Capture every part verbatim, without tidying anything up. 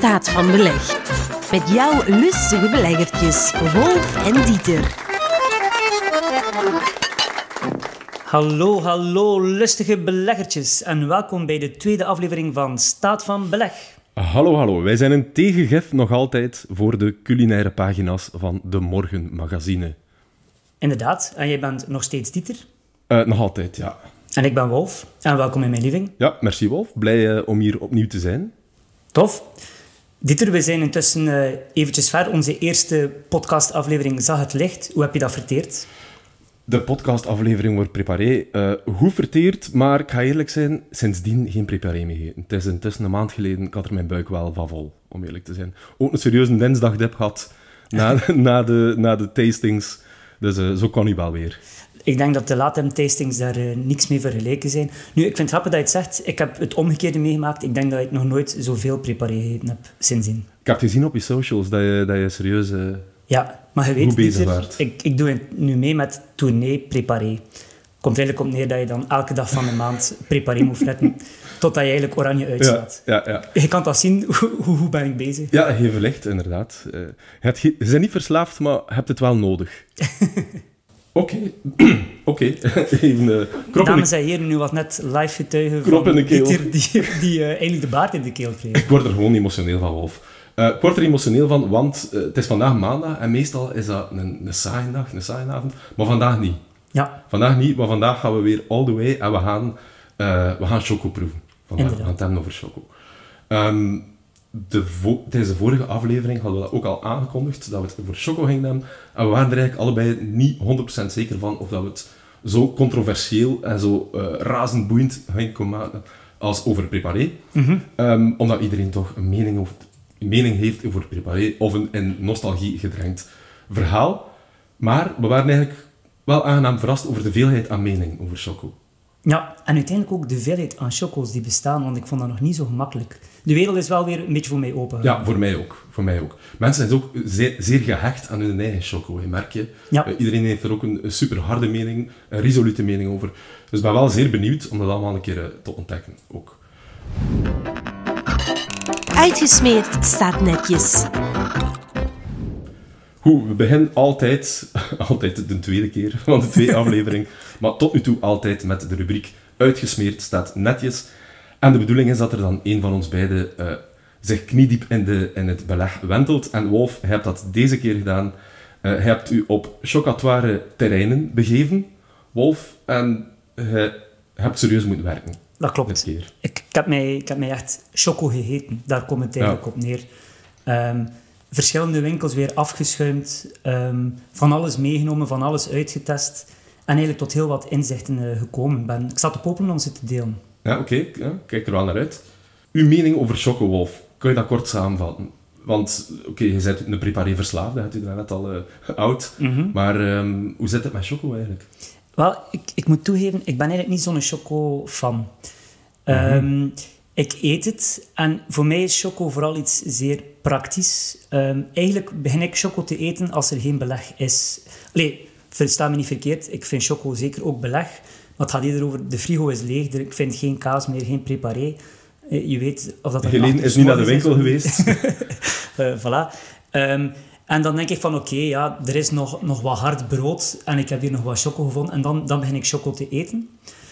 Staat van Beleg. Met jouw lustige beleggertjes, Wolf en Dieter. Hallo, hallo lustige beleggertjes en welkom bij de tweede aflevering van Staat van Beleg. Hallo, hallo. Wij zijn een tegengif nog altijd voor de culinaire pagina's van de Morgen magazine. Inderdaad, en jij bent nog steeds Dieter? Uh, nog altijd, ja. En ik ben Wolf, en welkom in mijn living. Ja, merci Wolf. Blij uh, om hier opnieuw te zijn. Tof. Dieter, we zijn intussen uh, eventjes ver. Onze eerste podcastaflevering zag het licht. Hoe heb je dat verteerd? De podcastaflevering wordt preparé. Uh, goed verteerd, maar ik ga eerlijk zijn, sindsdien geen preparé meer gegeten. Het is intussen een maand geleden, ik had er mijn buik wel van vol, om eerlijk te zijn. Ook een serieuze dinsdagdip gehad na, na, de, na de tastings. Dus uh, zo kan u wel weer. Ik denk dat de Latem-tastings daar uh, niks mee vergeleken zijn. Nu, ik vind het grappig dat je het zegt. Ik heb het omgekeerde meegemaakt. Ik denk dat ik nog nooit zoveel preparé gegeten heb sindsdien. Ik heb gezien op je socials dat je, dat je serieus uh, ja, maar je weet, bezig Dieter, waart. Ik, ik doe nu mee met tournee preparé. Komt eigenlijk op neer dat je dan elke dag van de maand preparé moet fretten, totdat je eigenlijk oranje uitslaat. Ja, ja, ja. Je kan dat zien, hoe, hoe, hoe ben ik bezig? Ja, heel licht, inderdaad. Uh, je, je bent niet verslaafd, maar je hebt het wel nodig. Oké, oké. Even uh, krop Dames de... en heren, nu was net live getuige krop van in de keel. Dieter die, die uh, eigenlijk de baard in de keel kreeg. Ik word er gewoon emotioneel van, Wolf. Uh, ik word er emotioneel van, want uh, het is vandaag maandag en meestal is dat een, een saaie dag, een saaie avond. Maar vandaag niet. Ja. Vandaag niet, maar vandaag gaan we weer all the way en we gaan, uh, we gaan choco proeven. Vandaag we gaan het hebben over choco. Um, de vo- tijdens de vorige aflevering hadden we dat ook al aangekondigd, dat we het voor choco gingen hebben. En we waren er eigenlijk allebei niet honderd procent zeker van of dat we het zo controversieel en zo uh, razend boeiend gingen kunnen maken als over preparé. Mm-hmm. Um, omdat iedereen toch een mening, over, een mening heeft over preparé of een in nostalgie gedrenkt verhaal. Maar we waren eigenlijk wel aangenaam verrast over de veelheid aan mening over choco. Ja, en uiteindelijk ook de veelheid aan choco's die bestaan, want ik vond dat nog niet zo gemakkelijk. De wereld is wel weer een beetje voor mij open. Ja, voor mij ook. Voor mij ook. Mensen zijn ook zeer, zeer gehecht aan hun eigen choco, hè, merk je. Ja. Uh, iedereen heeft er ook een, een super harde mening, een resolute mening over. Dus ik ben wel zeer benieuwd om dat allemaal een keer uh, te ontdekken ook. Uitgesmeerd staat netjes. Goed, we beginnen altijd, altijd de tweede keer van de twee aflevering, maar tot nu toe altijd met de rubriek Uitgesmeerd staat netjes. En de bedoeling is dat er dan een van ons beiden uh, zich kniediep in, de, in het beleg wentelt. En Wolf, hij hebt dat deze keer gedaan. Uh, hij hebt u op chocatoire terreinen begeven, Wolf, en je hebt serieus moeten werken. Dat klopt. Dit keer. Ik, ik, heb mij, ik heb mij echt choco gegeten. Daar komt het eigenlijk ja. op neer. Um, verschillende winkels weer afgeschuimd. Um, van alles meegenomen, van alles uitgetest. En eigenlijk tot heel wat inzichten uh, gekomen ben. Ik zat te popelen om ze te delen. Ja, oké. Okay. Ja, kijk er wel naar uit. Uw mening over choco, Wolf. Kun je dat kort samenvatten? Want, oké, okay, je bent een preparé verslaafd. Dat hebt u net al uh, oud. Mm-hmm. Maar um, hoe zit het met choco eigenlijk? Wel, ik, ik moet toegeven, ik ben eigenlijk niet zo'n choco-fan. Mm-hmm. Um, ik eet het en voor mij is choco vooral iets zeer praktisch. Um, eigenlijk begin ik choco te eten als er geen beleg is. Allee, versta me niet verkeerd, ik vind choco zeker ook beleg. Maar het gaat eerder over, de frigo is leeg, ik vind geen kaas meer, geen preparé. Uh, je weet of dat... Helene is niet naar de winkel is. geweest. uh, voilà. Um, En dan denk ik van, oké, okay, ja, er is nog, nog wat hard brood en ik heb hier nog wat choco gevonden. En dan, dan begin ik choco te eten.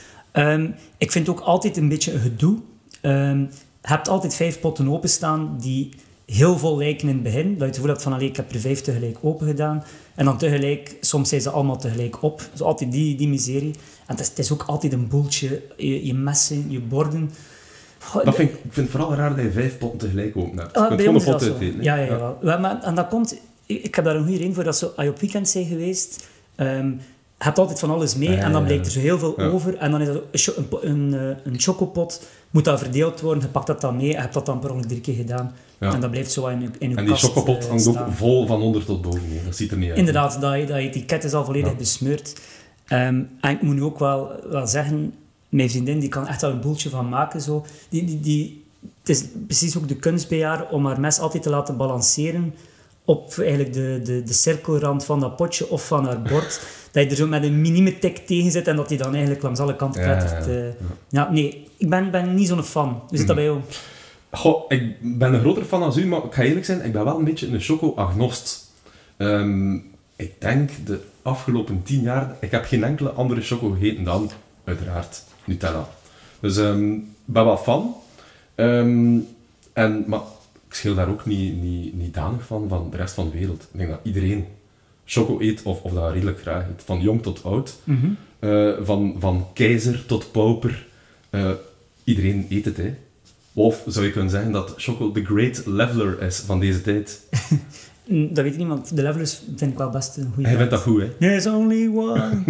Um, ik vind het ook altijd een beetje een gedoe. Um, je hebt altijd vijf potten openstaan die heel vol lijken in het begin. Dat je het gevoel hebt van, allee, ik heb er vijf tegelijk open gedaan. En dan tegelijk, soms zijn ze allemaal tegelijk op. Dus altijd die, die miserie. En het is, het is ook altijd een boeltje. Je, je messen, je borden... Dat vind ik, ik vind het vooral raar dat je vijf potten tegelijk open hebt. Uh, je kunt gewoon een pot uiteten. Ja, ja, ja. ja. Maar, en dat komt... Ik heb daar een goede reden voor, dat zo, als je op weekend bent geweest, um, je hebt altijd van alles mee, ja, en dan blijkt er zo heel veel ja. over, en dan is dat een, een, een, een chocopot, moet dat verdeeld worden, je pakt dat dan mee, en je hebt dat dan per ongeluk drie keer gedaan, ja. en dat blijft zo in je, in je en kast die chocopot uh, hangt staan. ook vol van onder tot boven, nee. Dat ziet er niet uit. Inderdaad, dat, dat etiket is al volledig ja. besmeurd. Um, en ik moet nu ook wel, wel zeggen, mijn vriendin die kan echt wel een boeltje van maken, zo. Die, die, die, het is precies ook de kunst bij haar om haar mes altijd te laten balanceren op eigenlijk de, de, de cirkelrand van dat potje of van haar bord. Dat je er zo met een minieme tik tegen zit en dat die dan eigenlijk langs alle kanten klettert. Ja, ja, ja. Uh, ja, nee, ik ben, ben niet zo'n fan. Hoe zit dat bij jou? Goh, ik ben een groter fan als u, maar ik ga eerlijk zijn, ik ben wel een beetje een choco-agnost. Um, ik denk de afgelopen tien jaar, ik heb geen enkele andere choco gegeten dan, uiteraard, Nutella. Dus um, ik ben wel fan. Um, en, maar ik scheel daar ook niet, niet, niet danig van, van de rest van de wereld. Ik denk dat iedereen choco eet, of, of dat redelijk graag eet. Van jong tot oud. Mm-hmm. Uh, van, van keizer tot pauper. Uh, iedereen eet het, hè. Of zou je kunnen zeggen dat choco the great leveler is van deze tijd? Dat weet ik niet, want de levelers vind ik wel best een goede. Hij vindt dat goed, hè? There's only one.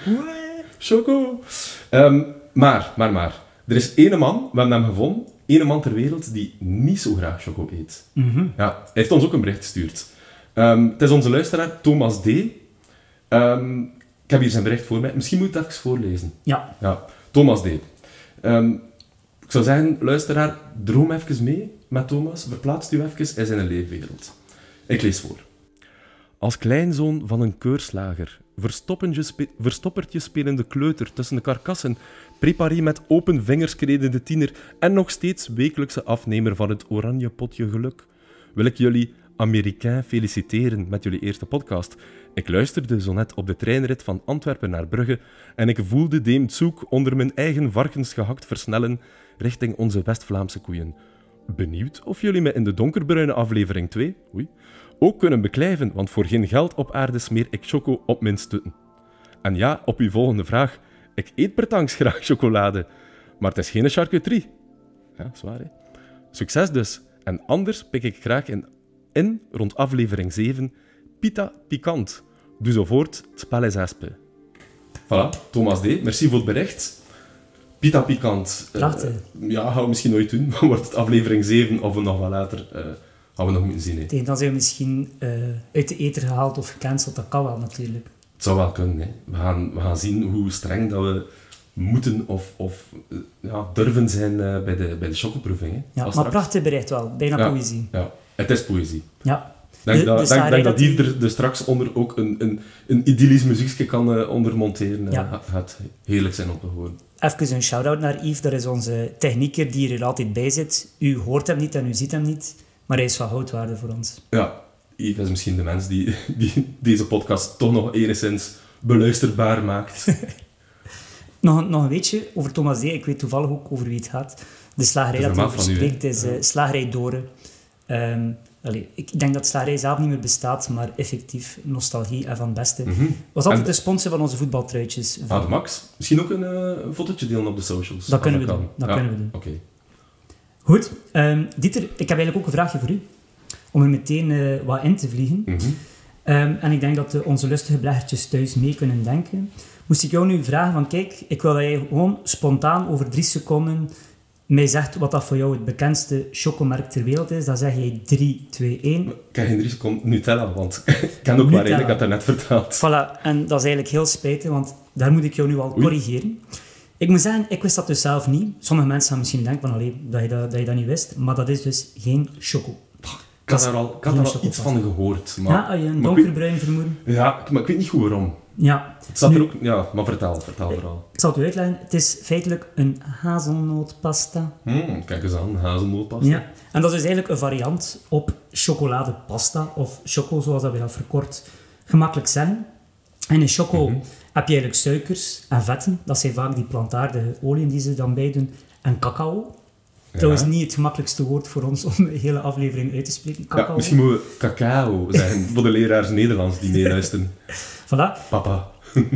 Choco. Um, maar, maar, maar. Er is één man, we hebben hem gevonden, één man ter wereld die niet zo graag choco eet. Mm-hmm. Ja, hij heeft ons ook een bericht gestuurd. Um, het is onze luisteraar, Thomas D. Um, ik heb hier zijn bericht voor mij. Misschien moet ik het even voorlezen. Ja. Ja, Thomas D. Um, ik zou zeggen, luisteraar, droom even mee met Thomas. Verplaatst u even in zijn leefwereld. Ik lees voor. Als kleinzoon van een keurslager, verstoppertje spelende kleuter tussen de karkassen, preparie met open vingers kredende tiener en nog steeds wekelijkse afnemer van het oranje potje geluk, wil ik jullie Amerikaan feliciteren met jullie eerste podcast. Ik luisterde zo net op de treinrit van Antwerpen naar Brugge en ik voelde Deem Zoek onder mijn eigen varkens gehakt versnellen richting onze West-Vlaamse koeien. Benieuwd of jullie me in de donkerbruine aflevering twee oei, ook kunnen beklijven, want voor geen geld op aarde smeer ik choco op mijn stutten. En ja, op uw volgende vraag, ik eet pertanks graag chocolade, maar het is geen charcuterie. Ja, zwaar, hè? Succes dus. En anders pik ik graag in, in rond aflevering zeven, Pita Pikant. Doe zo voort, het spel is espe. Voilà, Thomas D. Merci voor het bericht. Pita Pikant. Prachtig. Uh, ja, gaan we misschien nooit doen. Maar wordt het aflevering zeven of nog wel later, uh, gaan we nog moeten zien. Hè. Tegen dan zijn we misschien uh, uit de eter gehaald of gecanceld. Dat kan wel natuurlijk. Het zou wel kunnen. Hè. We, gaan, we gaan zien hoe streng dat we moeten of, of uh, ja, durven zijn uh, bij de, bij de chocoproeving. Hè. Ja, maar straks... prachtig bericht wel. Bijna ja, poëzie. Ja, het is poëzie. Ja. Denk de, dat, de denk, denk dat die dat er, er straks onder ook een, een, een idyllisch muziekje kan uh, onder monteren. Ja. Uh, gaat heerlijk zijn om te horen. Even een shout-out naar Yves. Dat is onze technieker die er altijd bij zit. U hoort hem niet en u ziet hem niet. Maar hij is van goudwaarde voor ons. Ja, Yves is misschien de mens die, die deze podcast toch nog enigszins beluisterbaar maakt. nog, een, nog een weetje over Thomas D. Ik weet toevallig ook over wie het gaat. De slagerij dat hij over spreekt is uh, Slagerij Doren. Um, Allee, ik denk dat slagerij zelf niet meer bestaat, maar effectief nostalgie en van het beste. Mm-hmm. Was altijd en... de sponsor van onze voetbaltruitjes. Ah, de Max. Misschien ook een uh, fotootje delen op de socials. Dat kunnen we kan. doen. Dat ja, kunnen we doen. Okay. Goed. Um, Dieter, ik heb eigenlijk ook een vraagje voor u. Om er meteen uh, wat in te vliegen. Mm-hmm. Um, en ik denk dat uh, onze lustige beleggertjes thuis mee kunnen denken. Moest ik jou nu vragen van, kijk, ik wil dat jij gewoon spontaan over drie seconden mij zegt wat dat voor jou het bekendste chocomerk ter wereld is, dan zeg jij drie, twee, één. Ik heb geen drie seconden Nutella, want ik ken ook maar één, ik heb dat net verteld. Voilà, en dat is eigenlijk heel spijtig, want daar moet ik jou nu al Oei. corrigeren. Ik moet zeggen, ik wist dat dus zelf niet. Sommige mensen gaan misschien denken van, allee, dat, je dat, dat je dat niet wist, maar dat is dus geen choco. Ik had daar al, ik had daar al iets van gehoord. Maar, ja, had je een donkerbruin vermoeden? Ja, maar ik weet niet goed waarom. Ja. Het staat nu, er ook... Ja, maar vertel, vertel vooral. Ik zal het u uitleggen. Het is feitelijk een hazelnootpasta. Hmm, kijk eens aan, hazelnootpasta. Ja. En dat is dus eigenlijk een variant op chocoladepasta, of choco, zoals dat we dat verkort gemakkelijk zeggen. En in choco mm-hmm. heb je eigenlijk suikers en vetten. Dat zijn vaak die plantaardige oliën die ze dan bij doen. En cacao. Ja. Trouwens, niet het gemakkelijkste woord voor ons om de hele aflevering uit te spreken. Cacao. Ja, misschien moeten we cacao zeggen voor de leraars Nederlands die meeluisteren. Voilà. Papa.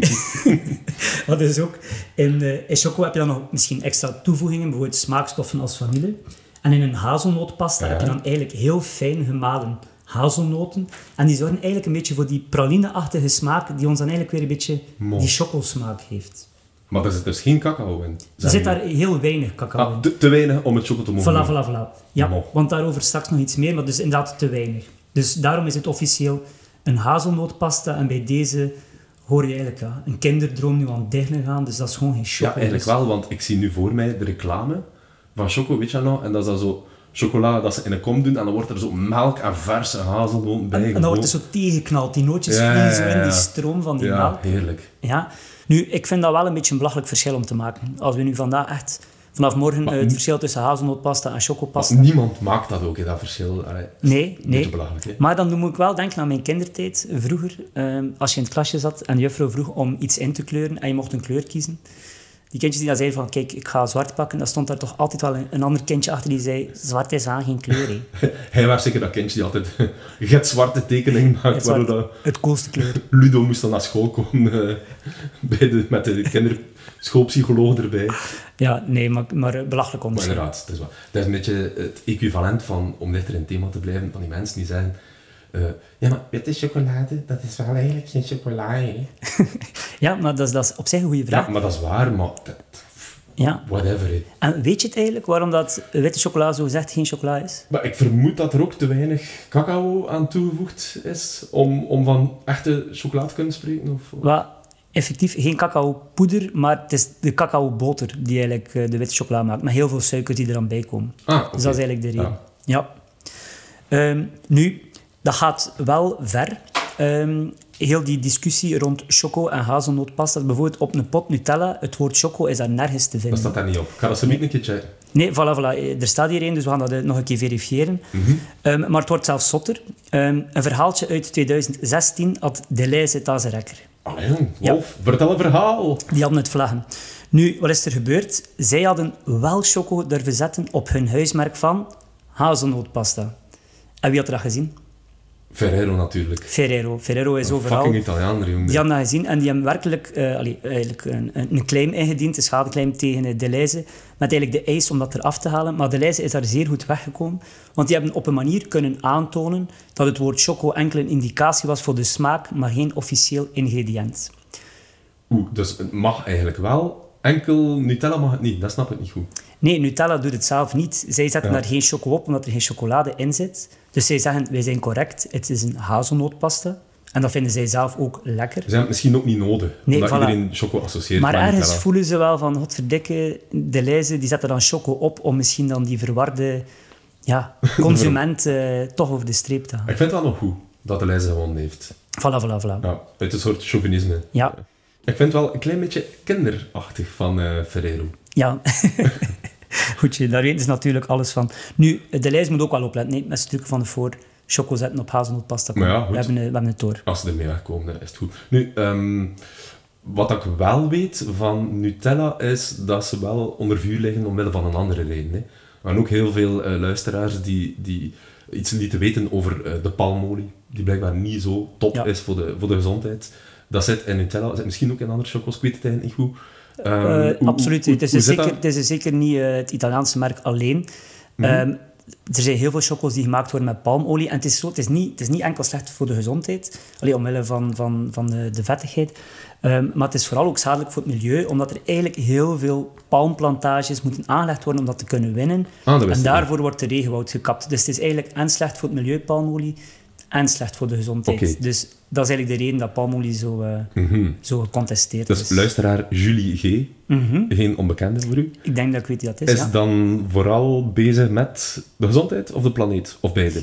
Dat is ook. In, uh, in choco heb je dan nog misschien extra toevoegingen, bijvoorbeeld smaakstoffen als vanille. En in een hazelnootpasta ja. heb je dan eigenlijk heel fijn gemalen hazelnoten. En die zorgen eigenlijk een beetje voor die praline-achtige smaak, die ons dan eigenlijk weer een beetje Mo. die chocosmaak heeft. Maar er zit dus geen cacao in? Er zit daar heel weinig cacao ah, in. Te, te weinig om het choco te mogen Voilà, voilà, voilà. Ja, Mo. want daarover straks nog iets meer, maar dus inderdaad te weinig. Dus daarom is het officieel een hazelnootpasta. En bij deze hoor je eigenlijk ja, een kinderdroom nu aan het dichten gaan, dus dat is gewoon geen choco. Ja, eigenlijk dus. wel, want ik zie nu voor mij de reclame van choco, weet je nog? En dat is dan zo chocola dat ze in een kom doen en dan wordt er zo melk en verse hazelnoten bij. En, en dan wordt er zo tegengeknald, die nootjes ja, vliegen zo in die stroom van die ja, melk. Heerlijk. Ja, nu, ik vind dat wel een beetje een belachelijk verschil om te maken. Als we nu vandaag echt Vanaf morgen Maar uh, het n- verschil tussen hazelnootpasta en chocopasta. Maar niemand maakt dat ook, hè, dat verschil. Allee, Nee, een beetje nee. belachelijk, hè. Maar dan moet ik wel denken aan mijn kindertijd. Vroeger, ehm, als je in het klasje zat en de juffrouw vroeg om iets in te kleuren en je mocht een kleur kiezen. Die kindjes die dan zeiden van, kijk, ik ga zwart pakken, dan stond daar toch altijd wel een, een ander kindje achter die zei, zwart is aan geen kleur, hè. Hij was zeker dat kindje die altijd gitzwarte tekeningen maakt, Het zwart, waardoor dat het coolste kleur. Ludo moest dan naar school komen eh, bij de, met de kinderschoolpsycholoog erbij. Ja, nee, maar, maar eh, belachelijk Maar onderscheid. inderdaad, het is, wel, dat is een beetje het equivalent van, om dichter in het thema te blijven, van die mensen die zeggen eh, ja, maar witte chocolade, dat is wel eigenlijk geen chocolade, hè. Ja, maar dat is, dat is op zich een goede vraag. Ja, maar dat is waar, maar dat, Ja. whatever, hè. En weet je het eigenlijk waarom dat witte chocola zo gezegd geen chocola is? Maar ik vermoed dat er ook te weinig cacao aan toegevoegd is om, om van echte chocolade te kunnen spreken. Of, of- Wat effectief geen cacaopoeder, maar het is de cacaoboter die eigenlijk eh, de witte chocola maakt. Met heel veel suikers die er dan bij komen. Ah, oké. Dus dat is eigenlijk de reden. Ja. Ja. Ehm, nu, dat gaat wel ver. Ehm, heel die discussie rond choco en hazelnootpasta. Bijvoorbeeld op een pot Nutella, het woord choco is daar nergens te Dat vinden. staat daar niet op. Ik ga dat zo niet een keer checken. Nee, voilà, voilà. Er staat hier één, dus we gaan dat eh, nog een keer verifiëren. Mhm. Ehm, maar het wordt zelfs zotter. Ehm, een verhaaltje uit tweeduizend zestien had Deleuze het aan zijn rekker. Allee, jong, Wolf, vertel een verhaal. Die hadden het vlaggen. Nu, wat is er gebeurd? Zij hadden wel choco durven zetten op hun huismerk van hazelnootpasta. En wie had dat gezien? Ferrero natuurlijk. Ferrero. Ferrero is Een overal. fucking Italiaaner, jongen. Die hadden dat gezien en die hebben werkelijk eh, allee, eigenlijk een, een een claim ingediend, een schadeclaim tegen eh, Deleuze, met eigenlijk de eis om dat eraf te halen. Maar Deleuze is daar zeer goed weggekomen, want die hebben op een manier kunnen aantonen dat het woord choco enkel een indicatie was voor de smaak, maar geen officieel ingrediënt. Oeh, dus het mag eigenlijk wel. Enkel Nutella mag het niet. Dat snap ik niet goed. Nee, Nutella doet het zelf niet. Zij zetten Ja. daar geen choco op, omdat er geen chocolade in zit. Dus zij zeggen, wij zijn correct, het is een hazelnootpasta. En dat vinden zij zelf ook lekker. Ze hebben het misschien ook niet nodig. Nee, omdat voilà. iedereen choco associeert Maar met ergens Nutella. voelen ze wel van, godverdikke, de lijzen, die zetten dan choco op om misschien dan die verwarde ja, consument eh, toch over de streep te halen. Ik vind het wel nog goed dat de lijst gewonnen heeft. Voilà, voilà, voilà. Ja, het is een soort chauvinisme. Ja, Ik vind het wel een klein beetje kinderachtig van eh, Ferrero. ja. Goedje, daar weten ze natuurlijk alles van. Nu, de lijst moet ook wel opletten, nee, met stukken van de voor. Choco zetten op hazelnootpasta. Maar ja, goed. we, hebben, eh, we hebben het door. Als ze ermee wegkomen, dan is het goed. Nu, ehm, wat ik wel weet van Nutella is dat ze wel onder vuur liggen omwille van een andere reden. Hè. En ook heel veel eh, luisteraars die, die iets lieten weten over eh, de palmolie, die blijkbaar niet zo top Ja. is voor de, voor de gezondheid. Dat zit in Nutella, dat zit misschien ook in andere chocos, ik weet het eigenlijk niet goed. Ehm, Eh, hoe- absoluut. hoe- het, is hoe dus zit zeker, dat? het is dus zeker niet eh, het Italiaanse merk alleen. Mhm. Ehm, er zijn heel veel chocos die gemaakt worden met palmolie. En het is, zo, het is, niet, het is niet enkel slecht voor de gezondheid, alleen omwille van, van, van de, de vettigheid. Ehm, maar het is vooral ook schadelijk voor het milieu, omdat er eigenlijk heel veel palmplantages moeten aangelegd worden om dat te kunnen winnen. Ah, dat wist En ik daarvoor wordt de regenwoud gekapt. Dus het is eigenlijk en slecht voor het milieu, palmolie, en slecht voor de gezondheid. Oké. Dus dat is eigenlijk de reden dat palmolie zo, eh, Mhm. zo gecontesteerd Dus is. luisteraar Julie G, Mhm. geen onbekende voor u, Ik denk dat ik weet wie dat is, is ja. dan vooral bezig met de gezondheid of de planeet? Of beide?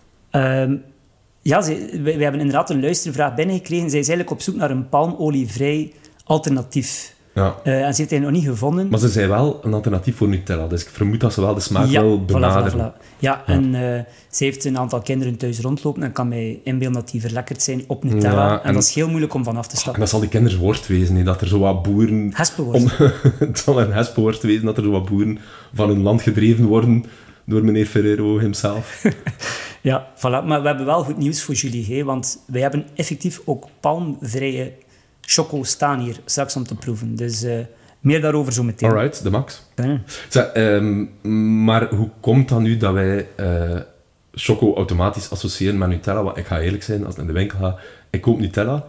Ehm, ja, ze, wij, wij hebben inderdaad een luistervraag binnengekregen. Zij is eigenlijk op zoek naar een palmolievrij alternatief. Ja. Eh, en ze heeft hij nog niet gevonden. Maar ze zijn wel een alternatief voor Nutella, dus ik vermoed dat ze wel de smaak ja, wel voilà, benaderen. voilà, voilà. Ja, en eh, ze heeft een aantal kinderen thuis rondlopen en kan mij inbeelden dat die verlekkerd zijn op Nutella. Ja, en, en- dat is heel moeilijk om vanaf te En stappen. dat zal die kindersworst wezen, hè, dat er zo wat boeren... Hespenworst. Om, het zal een hespenworst wezen dat er zo wat boeren van hun land gedreven worden door meneer Ferrero himself. Ja, voilà. Maar we hebben wel goed nieuws voor jullie, hè, want wij hebben effectief ook palmvrije choco staan hier straks om te proeven. Dus eh, meer daarover zo meteen. Alright, de max. Ja. Zeg, ehm, maar hoe komt dat nu dat wij eh, choco automatisch associëren met Nutella? Want ik ga eerlijk zijn, als ik naar de winkel ga, ik koop Nutella.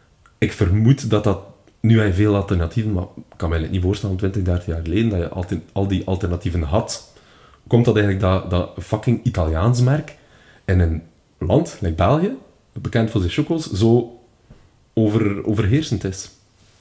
Ik vermoed dat dat... Nu heb je veel alternatieven, maar ik kan me eigenlijk niet voorstellen, twintig, dertig jaar geleden, dat je altijd al die alternatieven had. Komt dat eigenlijk dat, dat fucking Italiaans merk in een land, like België, bekend voor zijn chocos, zo over, overheersend is?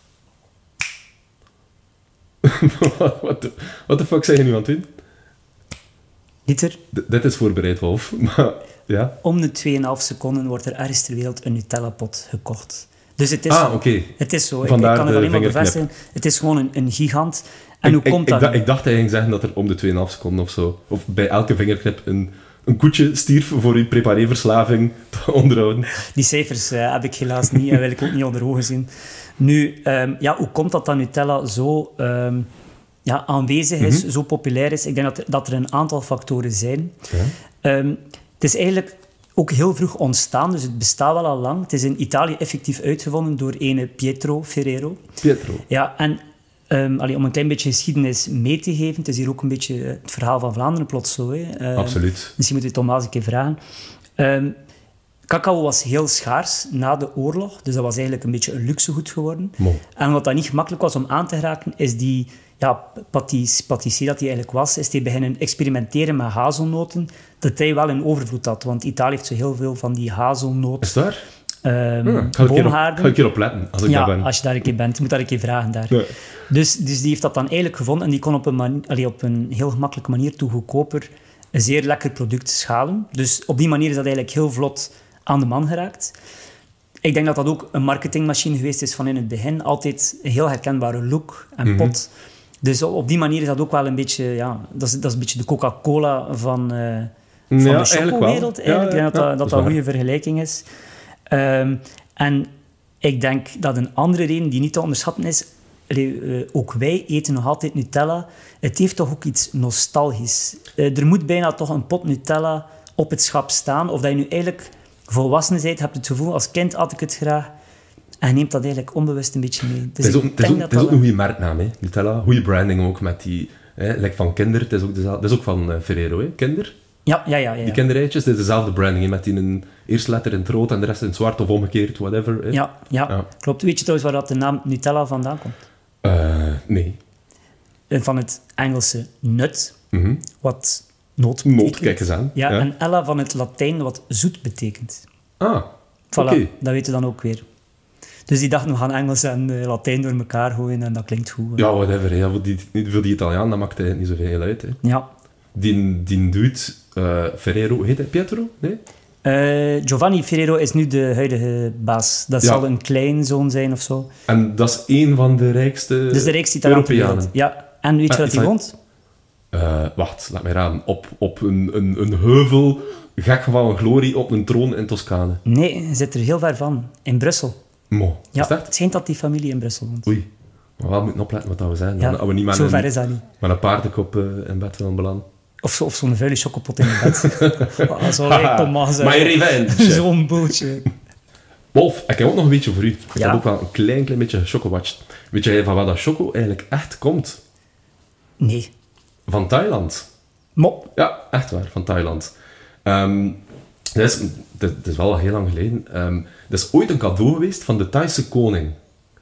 Wat de, what the fuck zijn je nu aan het doen? Dieter, D- dit is voorbereid, Wolf. Maar, ja. om de twee komma vijf seconden wordt er ergens ter wereld een Nutella-pot gekocht. Dus het is Ah, zo. oké. Het is zo. Ik, ik Vandaar kan het de alleen maar vingerknip. bevestigen. Het is gewoon een, een gigant. En ik, hoe komt ik, dat? Ik, dacht, ik dacht dat je ging zeggen dat er om de twee komma vijf seconden of zo, of bij elke vingerknip een, een koetje stierf voor je prepareverslaving te onderhouden. Die cijfers uh, heb ik helaas niet en wil ik ook niet onder ogen zien. Nu, um, ja, hoe komt dat dat Nutella zo um, ja, aanwezig is, mm-hmm. zo populair is? Ik denk dat er, dat er een aantal factoren zijn. Ja. Um, het is eigenlijk ook heel vroeg ontstaan, dus het bestaat wel al lang. Het is in Italië effectief uitgevonden door ene Pietro Ferrero. Pietro. Ja, en um, allee, om een klein beetje geschiedenis mee te geven, het is hier ook een beetje het verhaal van Vlaanderen plots zo. Hè. Um, Absoluut. Misschien moet je Thomas een keer vragen. Um, Cacao was heel schaars na de oorlog, dus dat was eigenlijk een beetje een luxegoed geworden. Mo. En wat dat niet gemakkelijk was om aan te raken, is die ja, patis, patissier dat hij eigenlijk was, is hij beginnen experimenteren met hazelnoten, dat hij wel in overvloed had. Want Italië heeft zo heel veel van die hazelnoten. Is dat? Um, ja, ga ik boomhaarden. Ga ik hier op letten, als ik ja, daar ben. als je daar een keer bent. Je moet daar een keer vragen daar. Ja. Dus, dus die heeft dat dan eigenlijk gevonden en die kon op een, mani- allee, op een heel gemakkelijke manier, toe goedkoper, een zeer lekker product schalen. Dus op die manier is dat eigenlijk heel vlot aan de man geraakt. Ik denk dat dat ook een marketingmachine geweest is van in het begin. Altijd een heel herkenbare look en mm-hmm. pot. Dus op die manier is dat ook wel een beetje... Ja, dat, is, dat is een beetje de Coca-Cola van, uh, van ja, de chocowereld. Ja, ik denk dat ja, dat, dat, dat een goede vergelijking is. Um, en ik denk dat een andere reden die niet te onderschatten is... Uh, ook wij eten nog altijd Nutella. Het heeft toch ook iets nostalgisch. Uh, er moet bijna toch een pot Nutella op het schap staan. Of dat je nu eigenlijk volwassen bent, heb je het gevoel, als kind had ik het graag. En je neemt dat eigenlijk onbewust een beetje mee. Dus het is ook, het is ook, dat het is ook dat een goede merknaam, hè? Nutella. Goede branding ook met die... Hè, like van Kinder, het is ook, dezelfde, het is ook van uh, Ferrero, hè? Kinder. Ja, ja, ja. ja. Die kinderijtjes, het is dezelfde branding, hè? Met die een eerste letter in het rood en de rest in het zwart of omgekeerd, whatever. Hè? Ja, ja, ja, klopt. Weet je trouwens waar dat de naam Nutella vandaan komt? Uh, nee. Van het Engelse nut, mm-hmm. wat noot betekent. Noot, kijk eens aan. Ja, ja. en Ella van het Latijn, wat zoet betekent. Ah, voilà, okay. Dat weten we dan ook weer. Dus die dachten, we gaan Engels en uh, Latijn door elkaar gooien en dat klinkt goed. Ja, whatever. Ja, voor, die, voor die Italiaan, dat maakt hij niet zoveel uit. Hè. Ja. Die, die doet uh, Ferrero, hoe heet hij? Pietro? Nee? Uh, Giovanni Ferrero is nu de huidige baas. Dat ja. zal een kleinzoon zijn of zo. En dat is één van de rijkste Dus de rijkste Italianen. Ja. En weet je uh, waar hij woont? Uh, wacht, laat mij raden. Op, op een, een, een heuvel, gek van glorie, op een troon in Toscane. Nee, hij zit er heel ver van. In Brussel. Mo, ja, is dat? Het schijnt dat die familie in Brussel woont. Oei. Maar wel moeten opletten wat we zijn. Ja, we niet met zo een, ver is dat niet. Met een paardenkop uh, in bed willen belanden. Of, zo, of zo'n vuile chocopot in je bed. oh, zo lijkt Thomas. My revenge. Zo'n boeltje. Wolf, ik heb ook nog een beetje voor u. Ik ja? heb ook wel een klein, klein beetje chocowatched. Weet jij van waar dat choco eigenlijk echt komt? Nee. Van Thailand. Mo. Ja, echt waar, van Thailand. Um, dat is, dat, dat is wel al heel lang geleden. Um, dat is ooit een cadeau geweest van de Thaise koning.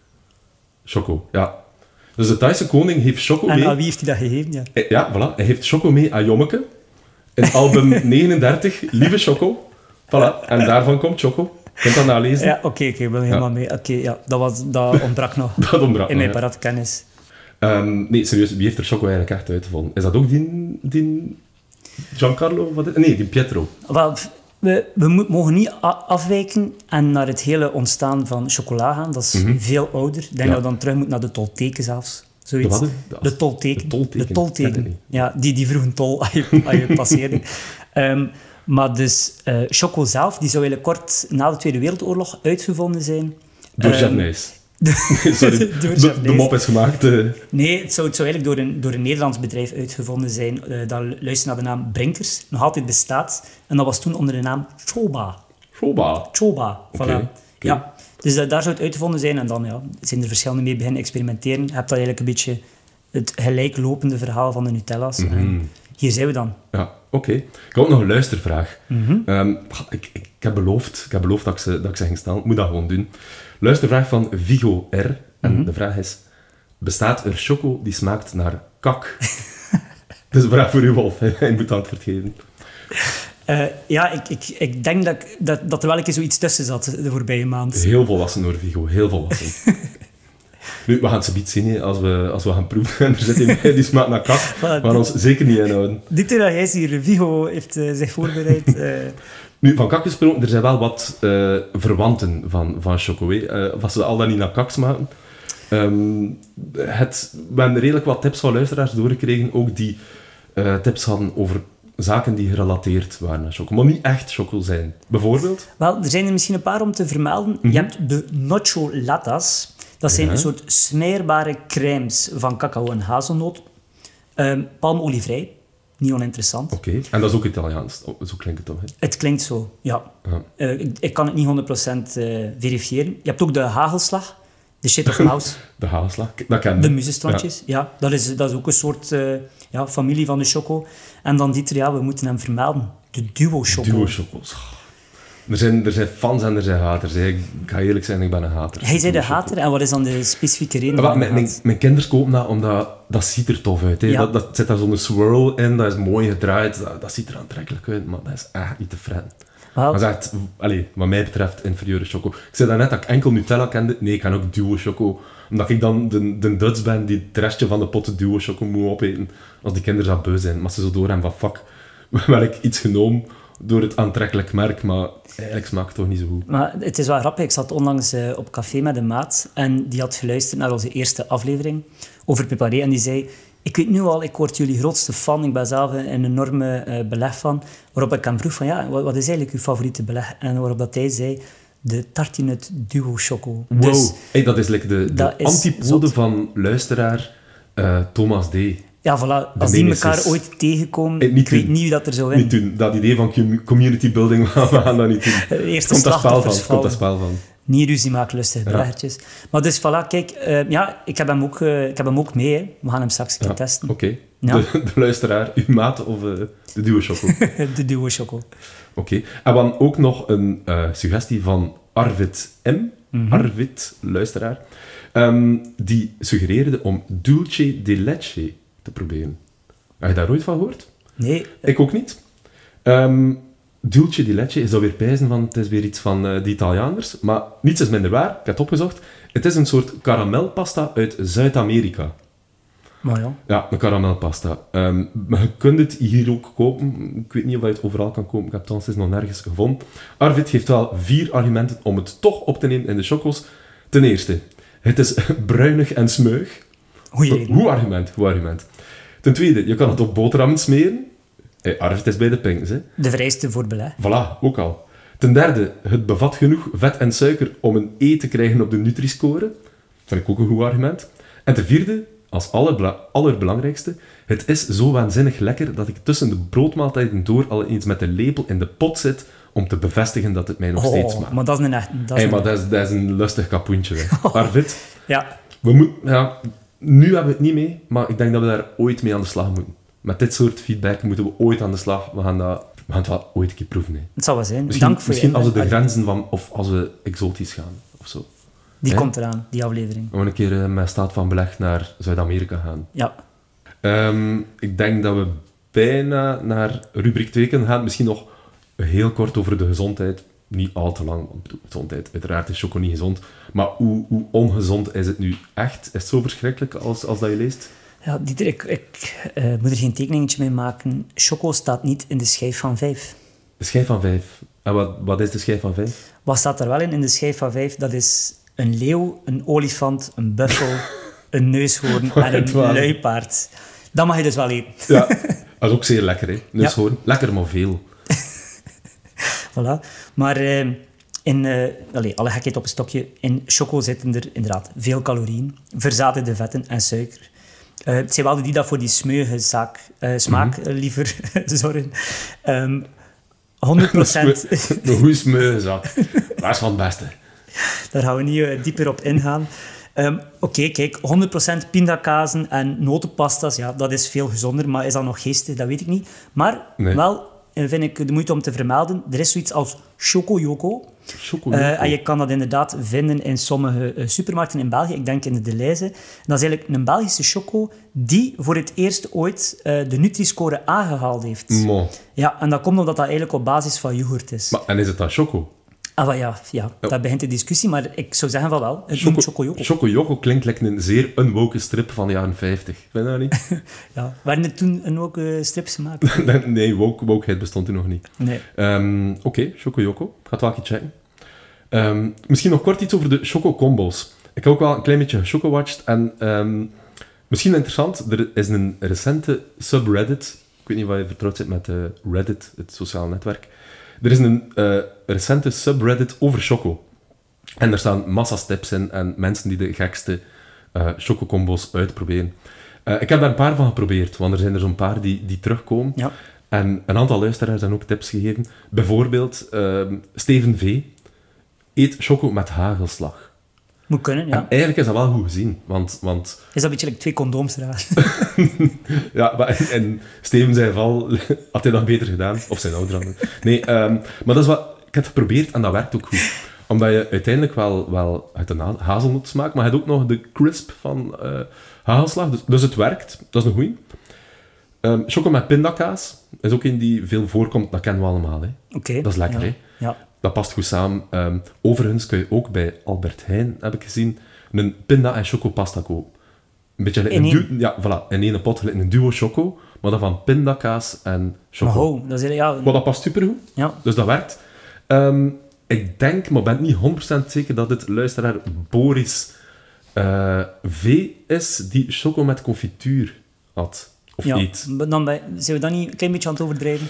Choco, ja. Dus de Thaise koning heeft choco en mee... En aan wie heeft hij dat gegeven? Ja, ja voilà. Hij heeft choco mee aan Jommeke. In album negenendertig, Lieve Choco. Voilà. En daarvan komt choco. Je kunt dat nalezen. Ja, oké, okay, okay, ik ben helemaal ja. mee. Oké, okay, ja, dat, was, dat ontbrak nog. dat ontbrak in mijn ja. paraatkennis. Um, nee, serieus, wie heeft er choco eigenlijk echt uitgevonden? Is dat ook die... die Giancarlo? Wat is? Nee, die Pietro. Wel, we, we mo- mogen niet a- afwijken en naar het hele ontstaan van chocola gaan. Dat is mm-hmm. veel ouder. Ik denk ja. dat we dan terug moeten naar de tolteken zelfs. Zoiets. De, de tolteken. De tolteken. De tolteken. Ja, die, die vroegen tol als je, als je passeerde. um, maar dus, uh, choco zelf, die zou eigenlijk kort na de Tweede Wereldoorlog uitgevonden zijn. Door um, Jeff Nijs. Sorry, de, de mop is gemaakt. Uh. Nee, het zou, het zou eigenlijk door een, door een Nederlands bedrijf uitgevonden zijn. Uh, dat luistert naar de naam Brinkers. Nog altijd bestaat. En dat was toen onder de naam Choba. Choba? Choba, voilà. Okay, okay. Ja. Dus uh, daar zou het uitgevonden zijn. En dan ja, zijn er verschillende mee beginnen experimenteren. Je hebt dat eigenlijk een beetje het gelijklopende verhaal van de Nutella's. Mm-hmm. En hier zijn we dan. Ja, oké. Okay. Ik heb ook nog een luistervraag. Mm-hmm. Um, ik, ik, ik heb beloofd, ik heb beloofd dat, ik ze, dat ik ze ging stellen. Ik moet dat gewoon doen. Luistervraag van Vigo R. En mm-hmm. de vraag is... Bestaat er choco die smaakt naar kak? Dat is een vraag voor u, Wolf. Je moet antwoord geven. Uh, ja, ik, ik, ik denk dat, ik, dat, dat er wel een keer zoiets tussen zat de voorbije maand. Heel volwassen hoor, Vigo. Heel volwassen. Nu, we gaan het zo biet zien, als we, als we gaan proeven. En er zit iemand die smaakt naar kak. We gaan ons zeker niet inhouden. Dit keer dat jij hier, Vigo heeft uh, zich voorbereid... Uh... Nu, van kak gesproken, er zijn wel wat uh, verwanten van, van choco. Uh, of als ze al dan niet naar kak smaken. Um, het, we hebben redelijk wat tips van luisteraars doorgekregen, ook die uh, tips hadden over zaken die gerelateerd waren aan choco, maar niet echt choco zijn. Bijvoorbeeld? Wel, er zijn er misschien een paar om te vermelden. Mm-hmm. Je hebt de nocciolatas. Dat zijn ja. een soort smeerbare crèmes van cacao en hazelnoot. Um, palmolievrij. Niet oninteressant. Oké, okay. En dat is ook Italiaans. Zo klinkt het toch? Hè? Het klinkt zo, ja. ja. Uh, ik, ik kan het niet honderd procent uh, verifiëren. Je hebt ook de hagelslag. De shit of mouse. De hagelslag, dat ken ik. De muzenstrandjes, ja. ja dat, is, dat is ook een soort uh, ja, familie van de choco. En dan Dieter, ja, we moeten hem vermelden. De duo choco. Duo choco's. Er zijn, er zijn fans en er zijn haters. Hè. Ik ga eerlijk zijn, ik ben een hater. Hij zei de hater, en wat is dan de specifieke reden? Ja, mijn, mijn, mijn kinderen kopen dat omdat dat ziet er tof uit. Hè. Ja. Dat, dat zit daar zo'n swirl in, dat is mooi gedraaid, dat, dat ziet er aantrekkelijk uit, maar dat is echt niet te fretten. Wow. Dat is echt, allez, wat mij betreft, inferieure choco. Ik zei daarnet dat ik enkel Nutella kende. Nee, ik kan ook duo choco. Omdat ik dan de, de Duts ben die het restje van de potten duo choco moet opeten. Als die kinderen zo beu zijn. Maar ze zo door hebben van, fuck, wel ik iets genomen door het aantrekkelijk merk, maar eigenlijk smaakt het toch niet zo goed. Maar het is wel grappig. Ik zat onlangs uh, op café met een maat en die had geluisterd naar onze eerste aflevering over Piparé en die zei... Ik weet nu al, ik word jullie grootste fan. Ik ben zelf een enorme uh, beleg van. Waarop ik hem vroeg van, ja, wat, wat is eigenlijk uw favoriete beleg? En waarop dat hij zei, de Tartinut Duo Choco. Wow, dus, hey, dat is like de, de antipode van luisteraar uh, Thomas D. Ja, voilà. Als die elkaar ooit tegenkomen, hey, ik weet niet wie dat er zou winnen. Niet doen. Dat idee van community building, we gaan dat niet doen. Eerste komt dat spel van. Komt dat spel van. Niet ruzie maken, lustige beleggertjes. Ja. Maar dus, voilà, kijk, uh, ja, ik heb hem ook, uh, ik heb hem ook mee. Hè. We gaan hem straks een keer ja, testen. Oké. Okay. Ja. De, de luisteraar, uw maat of uh, de duo choco? De duo choco. Oké. Okay. En we hadden ook nog een uh, suggestie van Arvid M. Mm-hmm. Arvid, luisteraar. Um, die suggereerde om dulce de leche te proberen. Heb je daar ooit van gehoord? Nee. Ik ook niet. Um, Dulce di leche is alweer pijzen van, het is weer iets van uh, de Italiaaners, maar niets is minder waar, ik heb het opgezocht. Het is een soort karamelpasta uit Zuid-Amerika. Maar ja. Ja, een karamelpasta. Um, je kunt het hier ook kopen. Ik weet niet of je het overal kan kopen, ik heb het trouwens nog nergens gevonden. Arvid geeft wel vier argumenten om het toch op te nemen in de chocos. Ten eerste, het is bruinig en smeug. Goeie reden. Goed argument, goed argument. Ten tweede, je kan het op boterhammen smeren. Hey, Arvid is bij de pinks, hè. De vereiste voor beleg. Voilà, ook al. Ten derde, het bevat genoeg vet en suiker om een E te krijgen op de Nutri-score. Dat vind ik ook een goed argument. En ten vierde, als aller, allerbelangrijkste, het is zo waanzinnig lekker dat ik tussen de broodmaaltijden door al eens met de lepel in de pot zit om te bevestigen dat het mij nog oh, steeds smaakt. Maar dat is een echt... Dat hey, is maar een... dat, is, dat is een lustig kapoentje. Oh. Arvid, ja. we moeten... Ja, nu hebben we het niet mee, maar ik denk dat we daar ooit mee aan de slag moeten. Met dit soort feedback moeten we ooit aan de slag. We gaan, dat, we gaan het wel ooit een keer proeven. Hè. Het zal wel zijn. Misschien, Dank voor misschien je als we de grenzen van... Of als we exotisch gaan, of zo. Die He? komt eraan, die aflevering. We gaan een keer uh, met staat van beleg naar Zuid-Amerika gaan. Ja. Um, ik denk dat we bijna naar rubriek twee kunnen gaan. Misschien nog heel kort over de gezondheid. Niet al te lang, want bedoel, gezondheid, uiteraard is choco niet gezond. Maar hoe, hoe ongezond is het nu echt? Is het zo verschrikkelijk als, als dat je leest? Ja, Dieter, ik, ik uh, moet er geen tekeningetje mee maken. Choco staat niet in de schijf van vijf. De schijf van vijf. En wat, wat is de schijf van vijf? Wat staat er wel in, in de schijf van vijf? Dat is een leeuw, een olifant, een buffel, een neushoorn en een luipaard. Dat mag je dus wel eten. Ja, dat is ook zeer lekker, hè? Neushoorn. Ja. Lekker, maar veel. Voilà. Maar uh, in, uh, allez, alle gekheid op een stokje, in choco zitten er inderdaad veel calorieën, verzadigde vetten en suiker. Uh, het zijn wel die dat voor die smeuïge zaak, uh, smaak mm-hmm. uh, liever zorgen. Um, honderd procent... Een goede smeuïge zaak. Dat is van het beste. Daar gaan we niet uh, dieper op ingaan. Um, Oké, okay, kijk, honderd procent pindakazen en notenpastas, ja, dat is veel gezonder, maar is dat nog geestig? Dat weet ik niet. Maar nee. wel vind ik de moeite om te vermelden, er is zoiets als Choco-Yoko. Choco-Yoko. Uh, en je kan dat inderdaad vinden in sommige uh, supermarkten in België. Ik denk in de Deleuze. Dat is eigenlijk een Belgische choco die voor het eerst ooit uh, de Nutri-score aangehaald heeft. Mo. Ja, en dat komt omdat dat eigenlijk op basis van yoghurt is. Maar, en is het dan choco? Ah, maar ja, ja, daar begint de discussie, maar ik zou zeggen van wel. Het noemt Choco-Yoko. Choco-Yoko klinkt like een zeer unwoke strip van de jaren vijftig. Vind je dat niet? Ja, werden er toen een woke strips gemaakt? Nee, woke, wokeheid bestond toen nog niet. Nee. Um, Oké, okay, Choco-Yoko. Ik ga het wel even checken. Um, misschien nog kort iets over de choco-combo's. ik heb ook wel een klein beetje gechocowatcht. En um, misschien interessant, er is een recente subreddit. Ik weet niet of je vertrouwd bent met uh, Reddit, het sociaal netwerk. Er is een uh, recente subreddit over choco. En er staan massa's tips in en mensen die de gekste uh, chococombo's uitproberen. Uh, ik heb daar een paar van geprobeerd, want er zijn er zo'n paar die, die terugkomen. Ja. En een aantal luisteraars hebben ook tips gegeven. Bijvoorbeeld, uh, Steven V. eet choco met hagelslag. Moet kunnen, ja. En eigenlijk is dat wel goed gezien, want... want... Is dat een beetje like twee condooms raar? ja, maar in, in Steven zijn geval had hij dat beter gedaan. Of zijn ouder. Nee, um, maar dat is wat... Ik heb het geprobeerd en dat werkt ook goed. Omdat je uiteindelijk wel, wel uit een hazelnoot smaakt, maar je hebt ook nog de crisp van uh, hagelslag. Dus, dus het werkt. Dat is een goeie. Um, choco met pindakaas is ook een die veel voorkomt. Dat kennen we allemaal. Oké. Okay, dat is lekker, ja. hè? Ja. Dat past goed samen. Um, overigens kun je ook bij Albert Heijn, heb ik gezien, een pinda- en chocopasta kopen. Een beetje in een één? du- ja, voilà, in één pot, een duo choco, maar dan van pindakaas en choco. Oh, dat is, ja, Maar dat past supergoed. Ja. Dus dat werkt. Um, ik denk, maar ben niet honderd procent zeker dat het luisteraar Boris uh, V is die choco met confituur had. Of ja. eet. Dan bij, zijn we dan niet een klein beetje aan het overdrijven?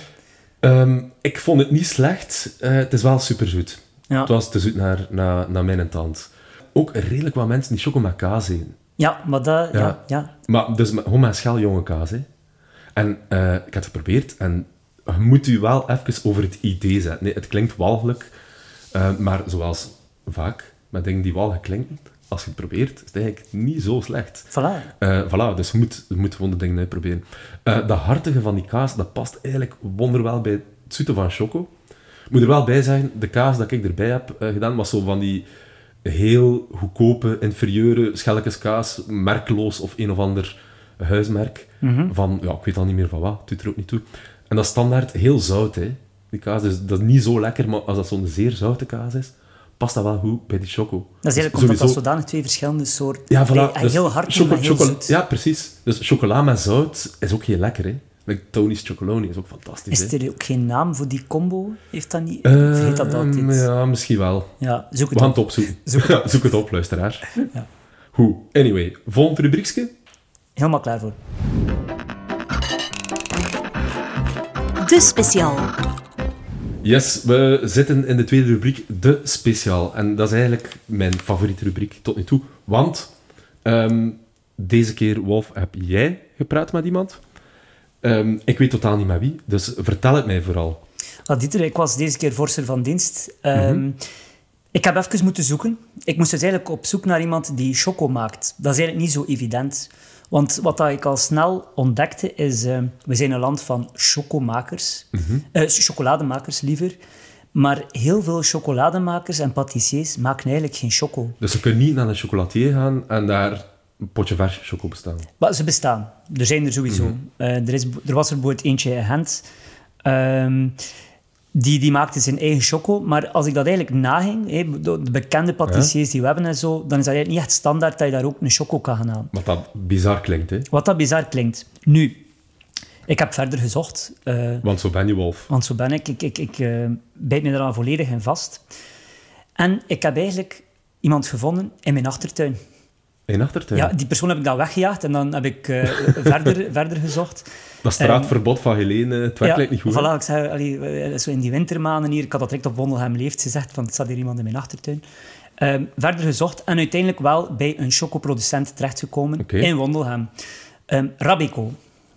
Um, ik vond het niet slecht. Uh, het is wel superzoet. Ja. Het was te zoet naar, naar, naar mijn tand. Ook redelijk wat mensen die choco met kaas eten. Ja, maar dat... Ja. Ja. Ja, Maar dus met, gewoon met scheljonge kaas. Hè. En uh, ik heb het geprobeerd en je moet u wel even over het idee zetten. Nee, het klinkt walgelijk, uh, maar zoals vaak met dingen die walgelijk klinken, als je het probeert, is het eigenlijk niet zo slecht. Voilà. Uh, voilà, dus je moet, je moet gewoon de dingen uitproberen. Uh, dat hartige van die kaas, dat past eigenlijk wonderwel bij het zoete van choco. Ik moet er wel bij zeggen, de kaas dat ik erbij heb uh, gedaan, was zo van die heel goedkope, inferieure schelletjeskaas, merkloos of een of ander huismerk. Mm-hmm. Van, ja, ik weet al niet meer van wat, het doet er ook niet toe. En dat is standaard heel zout, hè, die kaas. Dus dat is niet zo lekker, maar als dat zo'n zeer zoute kaas is, past dat wel goed bij die choco. Dat is eigenlijk dus omdat sowieso... dat zodanig twee verschillende soorten... Ja, voilà. Hey, Dus heel hard, choco- maar heel choco- zoet. Ja, precies. Dus chocola met zout is ook heel lekker, hè. Like Tony's Chocolonely is ook fantastisch, Is hè. er ook geen naam voor die combo? Heeft dat niet... Uh, Vergeet dat altijd. Ja, misschien wel. Ja, zoek We het gaan op. het opzoeken. Zoek het Ja, zoek het op, luisteraar. Ja. Goed. Anyway, volgend rubriekje. Helemaal klaar voor. De speciaal. Yes, we zitten in de tweede rubriek, de speciaal. En dat is eigenlijk mijn favoriete rubriek tot nu toe. Want um, deze keer, Wolf, heb jij gepraat met iemand. Um, ik weet totaal niet met wie, dus vertel het mij vooral. Ah, Dieter, ik was deze keer vorser van dienst. Um, mm-hmm. Ik heb even moeten zoeken. Ik moest dus eigenlijk op zoek naar iemand die choco maakt. Dat is eigenlijk niet zo evident. Want wat ik al snel ontdekte is... Uh, we zijn een land van chocomakers. Mm-hmm. Uh, chocolademakers, liever. Maar heel veel chocolademakers en patissiers maken eigenlijk geen choco. Dus ze kunnen niet naar een chocolatier gaan en daar een potje vers choco bestaan? Maar ze bestaan. Er zijn er sowieso. Mm-hmm. Uh, er, is, er was er bijvoorbeeld eentje in Gent. Um, Die, die maakte zijn eigen choco. Maar als ik dat eigenlijk naging, hé, de bekende patissiers ja. die we hebben en zo, dan is dat eigenlijk niet echt standaard dat je daar ook een choco kan gaan halen. Wat dat bizar klinkt, hè? Wat dat bizar klinkt. Nu, ik heb verder gezocht. Uh, want zo ben je, Wolf. Want zo ben ik. Ik, ik, ik uh, bijt me er dan volledig in vast. En ik heb eigenlijk iemand gevonden in mijn achtertuin. In achtertuin? Ja, die persoon heb ik dan weggejaagd en dan heb ik uh, verder, verder gezocht. Dat straatverbod van Helene, het werkt ja, niet goed. Voilà, ik zei, allee, zo in die wintermaanden hier, ik had dat direct op Wondelhem Leeft gezegd, want er zat hier iemand in mijn achtertuin. Um, verder gezocht en uiteindelijk wel bij een chocoproducent terechtgekomen okay. in Wondelhem. Um, Rabico.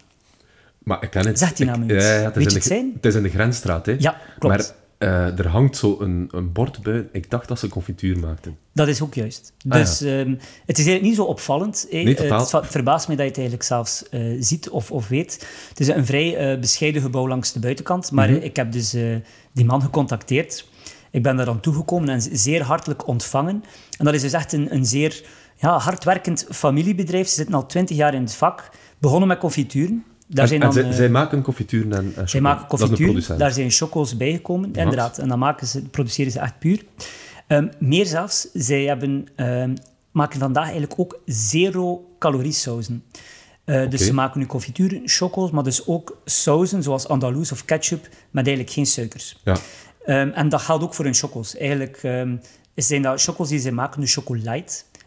Maar ik ken het. Zegt die naam iets? Ja, ja, het, Weet is je het de, zijn? Het is in de Grensstraat, hè? Ja, klopt. Maar uh, er hangt zo een, een bord buiten. Ik dacht dat ze confituur maakten. Dat is ook juist. Dus ah, ja. um, het is eigenlijk niet zo opvallend. Hey. Nee, totaal. Uh, het verbaast me dat je het eigenlijk zelfs uh, ziet of, of weet. Het is een vrij uh, bescheiden gebouw langs de buitenkant, maar mm-hmm. ik heb dus uh, die man gecontacteerd. Ik ben daar aan toegekomen en zeer hartelijk ontvangen. En dat is dus echt een, een zeer ja, hardwerkend familiebedrijf. Ze zitten al twintig jaar in het vak. Begonnen met confituren. Daar en, zijn en dan, zij, uh, zij maken confituren en, en Zij maken confituren, daar zijn choco's bijgekomen, ja. inderdaad. En dan maken ze, produceren ze echt puur. Um, meer zelfs, zij hebben, um, maken vandaag eigenlijk ook zero-calorie sauzen. Uh, okay. Dus ze maken nu confituren, choco's, maar dus ook sauzen, zoals Andalouse of ketchup, met eigenlijk geen suikers. Ja. Um, en dat geldt ook voor hun choco's. Eigenlijk um, zijn dat choco's die ze maken, de chocolite.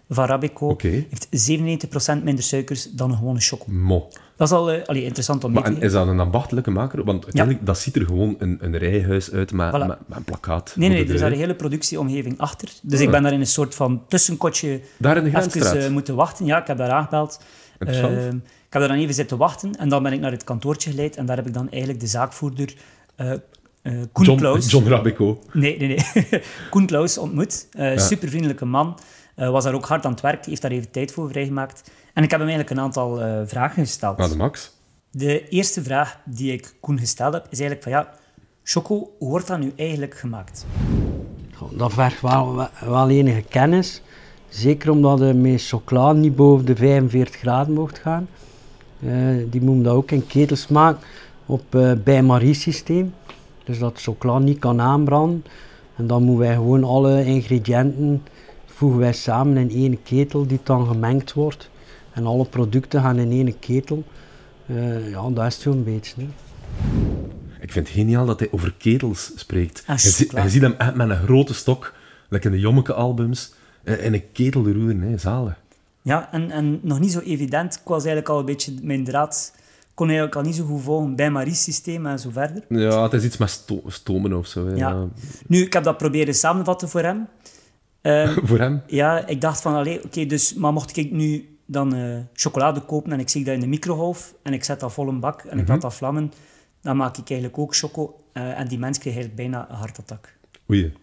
van Arabico Oké. heeft zevenennegentig procent minder suikers dan een gewone choco. Mo. Dat is al uh, allee, interessant om mee Maar te en is dat een ambachtelijke maker? Want uiteindelijk, dat ziet er gewoon een, een rijhuis uit met, Voilà. met, met een plakkaat. Nee, nee, voor de er is daar deur. een hele productieomgeving achter. Dus Ah. ik ben daar in een soort van tussenkotje Daar in de even Grensstraat. uh, moeten wachten. Ja, ik heb daar aangebeld. Interessant. Uh, ik heb daar dan even zitten wachten en dan ben ik naar het kantoortje geleid en daar heb ik dan eigenlijk de zaakvoerder uh, uh, Koen John, Claus... John Rabico. Nee, nee, nee. Koen Claus ontmoet. Uh, Ja. Supervriendelijke man. Uh, was daar ook hard aan het werk. Heeft daar even tijd voor vrijgemaakt. En ik heb hem eigenlijk een aantal uh, vragen gesteld. Ah, de max. De eerste vraag die ik Koen gesteld heb, is eigenlijk van ja, choco, hoe wordt dat nu eigenlijk gemaakt? Goh, dat vergt wel, wel enige kennis. Zeker omdat je met chocola niet boven de vijfenveertig graden mocht gaan. Uh, die moeten dat ook in ketels maken op uh, bain-marie systeem. Dus dat chocola niet kan aanbranden. En dan moeten wij gewoon alle ingrediënten voegen wij samen in één ketel die dan gemengd wordt. En alle producten gaan in één ketel. Uh, ja, dat is zo'n beetje. Hè. Ik vind het geniaal dat hij over ketels spreekt. Ah, Je, zie- chocola. je ziet hem echt met een grote stok, lekker in de Jommeke-albums, eh, in een ketel roeren. Hè. Zalig. Ja, en, en nog niet zo evident. Ik was eigenlijk al een beetje mijn draad. Kon eigenlijk al niet zo goed volgen bij Marie's systeem en zo verder. Ja, het is iets met sto- stomen of zo. Hè. Ja. Ja. Nu, ik heb dat proberen samenvatten voor hem. Ehm, Voor hem. ja, ik dacht van, allee, oké, dus, maar mocht ik nu dan eh, chocolade kopen en ik zie dat in de microgolf en ik zet dat vol een bak en ik laat dat vlammen, dan maak ik eigenlijk ook choco eh, en die mens krijgt eigenlijk bijna een hartattack. Oei.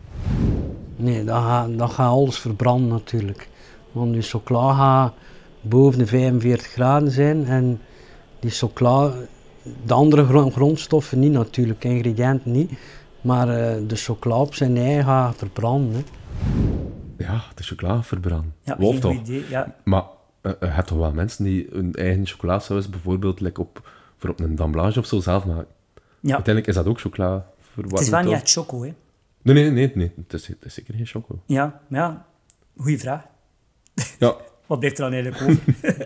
Nee, dat gaat, dat gaat alles verbranden natuurlijk. Want die chocola gaat boven de vijfenveertig graden zijn en die chocola, de andere gro- grondstoffen niet natuurlijk, ingrediënten niet, maar uh, de chocola op zijn eigen gaat verbranden. Hè. Ja, de chocola verbranden. Ja, Wolf geen toch? goed idee. Ja. Maar uh, je hebt toch wel mensen die hun eigen chocolasaus bijvoorbeeld like op, voor op een damblage of zo zelf maken. Ja. Uiteindelijk is dat ook chocola verwarmd. Het is wel niet toch? echt choco, hè. Nee, nee, nee, nee. Het, is, het is zeker geen choco. Ja, maar ja, goeie vraag. Ja, Wat blijft er dan eigenlijk over?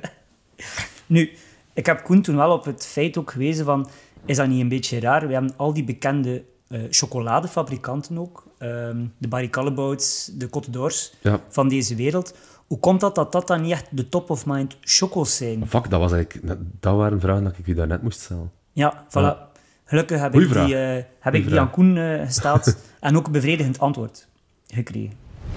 Nu, ik heb Koen toen wel op het feit ook gewezen van, is dat niet een beetje raar? We hebben al die bekende uh, chocoladefabrikanten ook, um, de Barry Callebaut's, de Côte d'Ors ja. van deze wereld. Hoe komt dat dat dat dan niet echt de top of mind choco's zijn? Fuck, dat was eigenlijk... Dat waren vragen dat ik u daarnet moest stellen. Ja, voilà. Ja. Gelukkig heb Goeie ik die, vraag. uh, heb Goeie ik die vraag. aan Koen uh, gesteld en ook een bevredigend antwoord gekregen.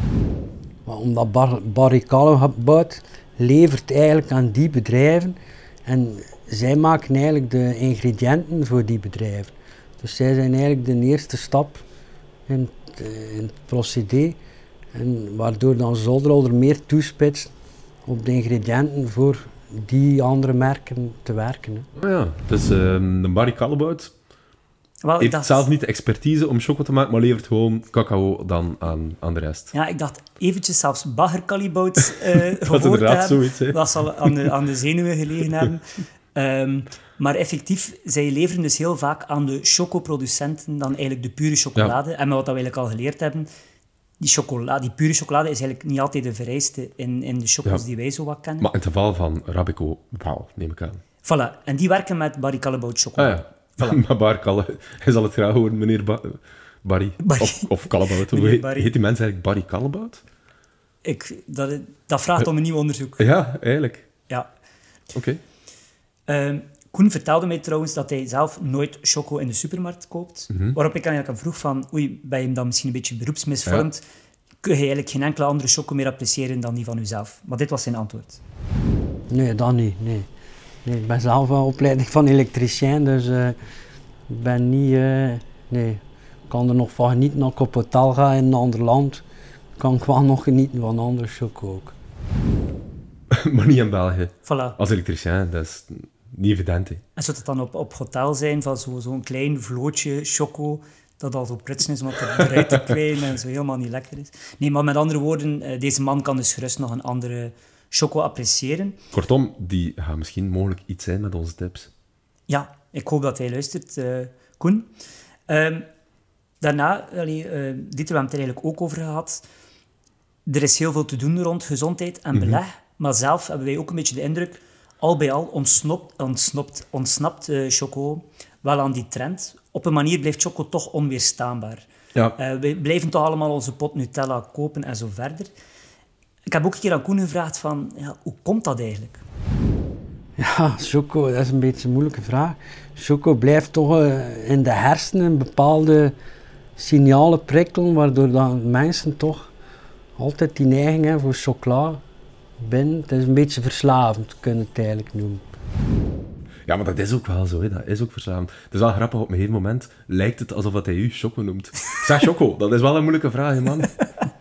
Maar omdat Bar Barry Callebaut levert eigenlijk aan die bedrijven en zij maken eigenlijk de ingrediënten voor die bedrijven. Dus zij zijn eigenlijk de eerste stap in het, in het procedé en waardoor dan Zolderolder meer toespitst op de ingrediënten voor die andere merken te werken. Hè. Oh ja, dus um, de Barry Callebaut Wel, ik heeft dacht, zelf niet de expertise om choco te maken, maar levert gewoon cacao dan aan, aan de rest. Ja, ik dacht eventjes zelfs baggerkalibout uh, gehoord Dat is te inderdaad hebben. zoiets, hè. Dat zal aan de, aan de zenuwen gelegen hebben. Um, maar effectief, zij leveren dus heel vaak aan de chocoproducenten dan eigenlijk de pure chocolade. En met wat we eigenlijk al geleerd hebben, die, chocolade, die pure chocolade is eigenlijk niet altijd de vereiste in, in de chocos Ja. die wij zo wat kennen. Maar in het geval van Rabico, wel, neem ik aan. Voilà, en die werken met Barry Callebaut chocolade. Ah ja, maar Bar Kalle, hij zal het graag horen, meneer ba Barry. Barry. Of, of Callebaut. Hoe Meneer heet, Barry. heet die mens eigenlijk Barry Callebaut? Ik, dat, dat vraagt om een nieuw onderzoek. Ja, eigenlijk. Ja. Oké. Um, Koen vertelde mij trouwens dat hij zelf nooit choco in de supermarkt koopt. Mhm. Waarop ik eigenlijk hem vroeg van, oei, ben je hem dan misschien een beetje beroepsmisvormd? Kun je eigenlijk geen enkele andere choco meer appreciëren dan die van uzelf? Maar dit was zijn antwoord. Nee, dat niet. Nee. Nee, ik ben zelf een opleiding van elektricien, dus uh, ik ben niet... Uh, nee, ik kan er nog van genieten als ik op hotel ga in een ander land. Kan ik wel nog genieten van andere choco ook. Maar niet in België. Voilà. Als elektricien, dat is niet evident, hè. En zou het dan op, op hotel zijn van zo'n zo klein vlootje choco, dat al zo prutsen is om het eruit te kwijnen en zo helemaal niet lekker is? Nee, maar met andere woorden, uh, deze man kan dus gerust nog een andere choco appreciëren. Kortom, die gaat misschien mogelijk iets zijn met onze tips. Ja, ik hoop dat hij luistert, uh, Koen. Um, daarna, allee, uh, Dieter, we hebben het er eigenlijk ook over gehad. Er is heel veel te doen rond gezondheid en beleg, mm-hmm. maar zelf hebben wij ook een beetje de indruk, al bij al ontsnopt, ontsnopt, ontsnapt uh, choco wel aan die trend. Op een manier blijft choco toch onweerstaanbaar. Ja. Uh, wij blijven toch allemaal onze pot Nutella kopen en zo verder. ik heb ook een keer aan Koen gevraagd van, ja, hoe komt dat eigenlijk? Ja, choco, dat is een beetje een moeilijke vraag. Choco blijft toch uh, in de hersenen bepaalde signalen prikkelen, waardoor dan mensen toch altijd die neiging hebben voor chocola binnen. Het is een beetje verslavend, kunnen we het eigenlijk noemen. Ja, maar dat is ook wel zo, hè. Dat is ook verslavend. Het is wel grappig, op een gegeven moment lijkt het alsof hij u Choco noemt. Zeg Choco, dat is wel een moeilijke vraag, hè, man.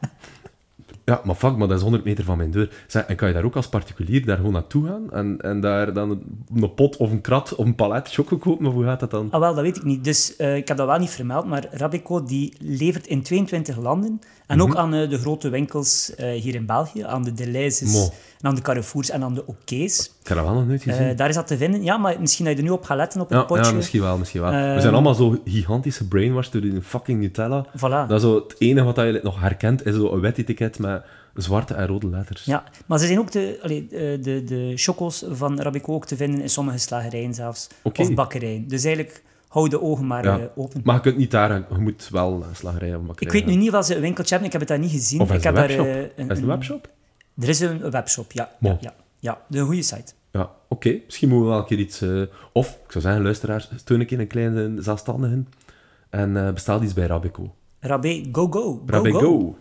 Ja, maar fuck, maar dat is honderd meter van mijn deur. Zeg, en kan je daar ook als particulier daar gewoon naartoe gaan en, en daar dan een pot of een krat of een palet choco kopen? Of hoe gaat dat dan? Ah, wel, dat weet ik niet. Dus uh, ik heb dat wel niet vermeld, maar Rabeco die levert in tweeëntwintig landen en ook mm-hmm. aan uh, de grote winkels uh, hier in België, aan de Deleuze's, en aan de Carrefours en aan de Oké's. Ik heb dat wel nog nooit gezien. Uh, daar is dat te vinden. Ja, maar misschien dat je er nu op gaat letten op het ja, potje. Ja, misschien wel, misschien wel. Uh, We zijn allemaal zo gigantische brainwashed door die fucking Nutella. Voilà. Dat is zo het enige wat je nog herkent, is zo een wetetiket met zwarte en rode letters. Ja, maar ze zijn ook de, allee, de, de choco's van Rabeco ook te vinden in sommige slagerijen zelfs. Okay. Of bakkerijen. Dus eigenlijk hou de ogen maar ja. uh, open. Maar je kunt niet daar, je moet wel slagerijen of bakkerijen. Ik weet nu niet of ze een winkeltje hebben, ik heb het daar niet gezien. Of is ik heb een webshop? Daar, uh, een, is het een webshop? Er is een webshop, ja. Ja, ja, ja, de goede site. Ja, oké. Okay. Misschien moeten we wel een keer iets... Uh, of, ik zou zeggen, luisteraars, steun een keer een kleine zelfstandige en uh, bestel iets bij Rabeco. Rabe, go, go. Rabeco. Go, go.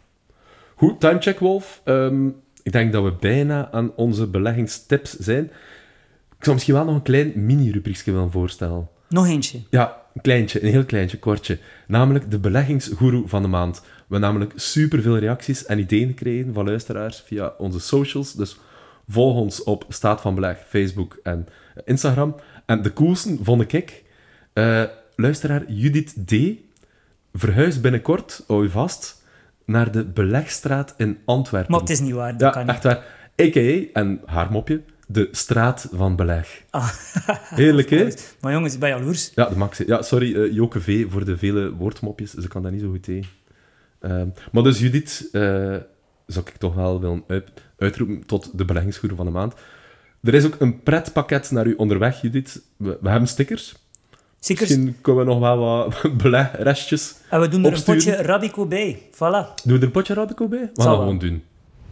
Goed, timecheck, Wolf. Um, ik denk dat we bijna aan onze beleggingstips zijn. Ik zou misschien wel nog een klein mini-rubriekje willen voorstellen. Nog eentje? Ja, een kleintje, een heel kleintje, kortje. Namelijk de beleggingsgoeroe van de maand. We hebben namelijk superveel reacties en ideeën gekregen van luisteraars via onze socials. Dus volg ons op Staat van Beleg, Facebook en Instagram. En de coolste vond ik, uh, luisteraar Judith D. verhuist binnenkort, hou je vast, naar de Belegstraat in Antwerpen. Maar het is niet waar, dat ja, kan niet. echt waar. A K A, en haar mopje, de straat van beleg. Ah, heerlijk, hè? Maar jongens, ik ben jaloers. Ja, de max. Ja, sorry, uh, Joke V, voor de vele woordmopjes. Ze kan dat niet zo goed tegen. Um, maar dus Judith, uh, zou ik toch wel willen uit, uitroepen tot de beleggingsgoeroe van de maand. Er is ook een pretpakket naar u onderweg, Judith. We, we hebben stickers. Stickers. Misschien kunnen we nog wel wat belegrestjes En we doen er opsturen. een potje Rabeco bij. Voilà. Doen we er een potje Rabeco bij? We gaan dat gewoon doen.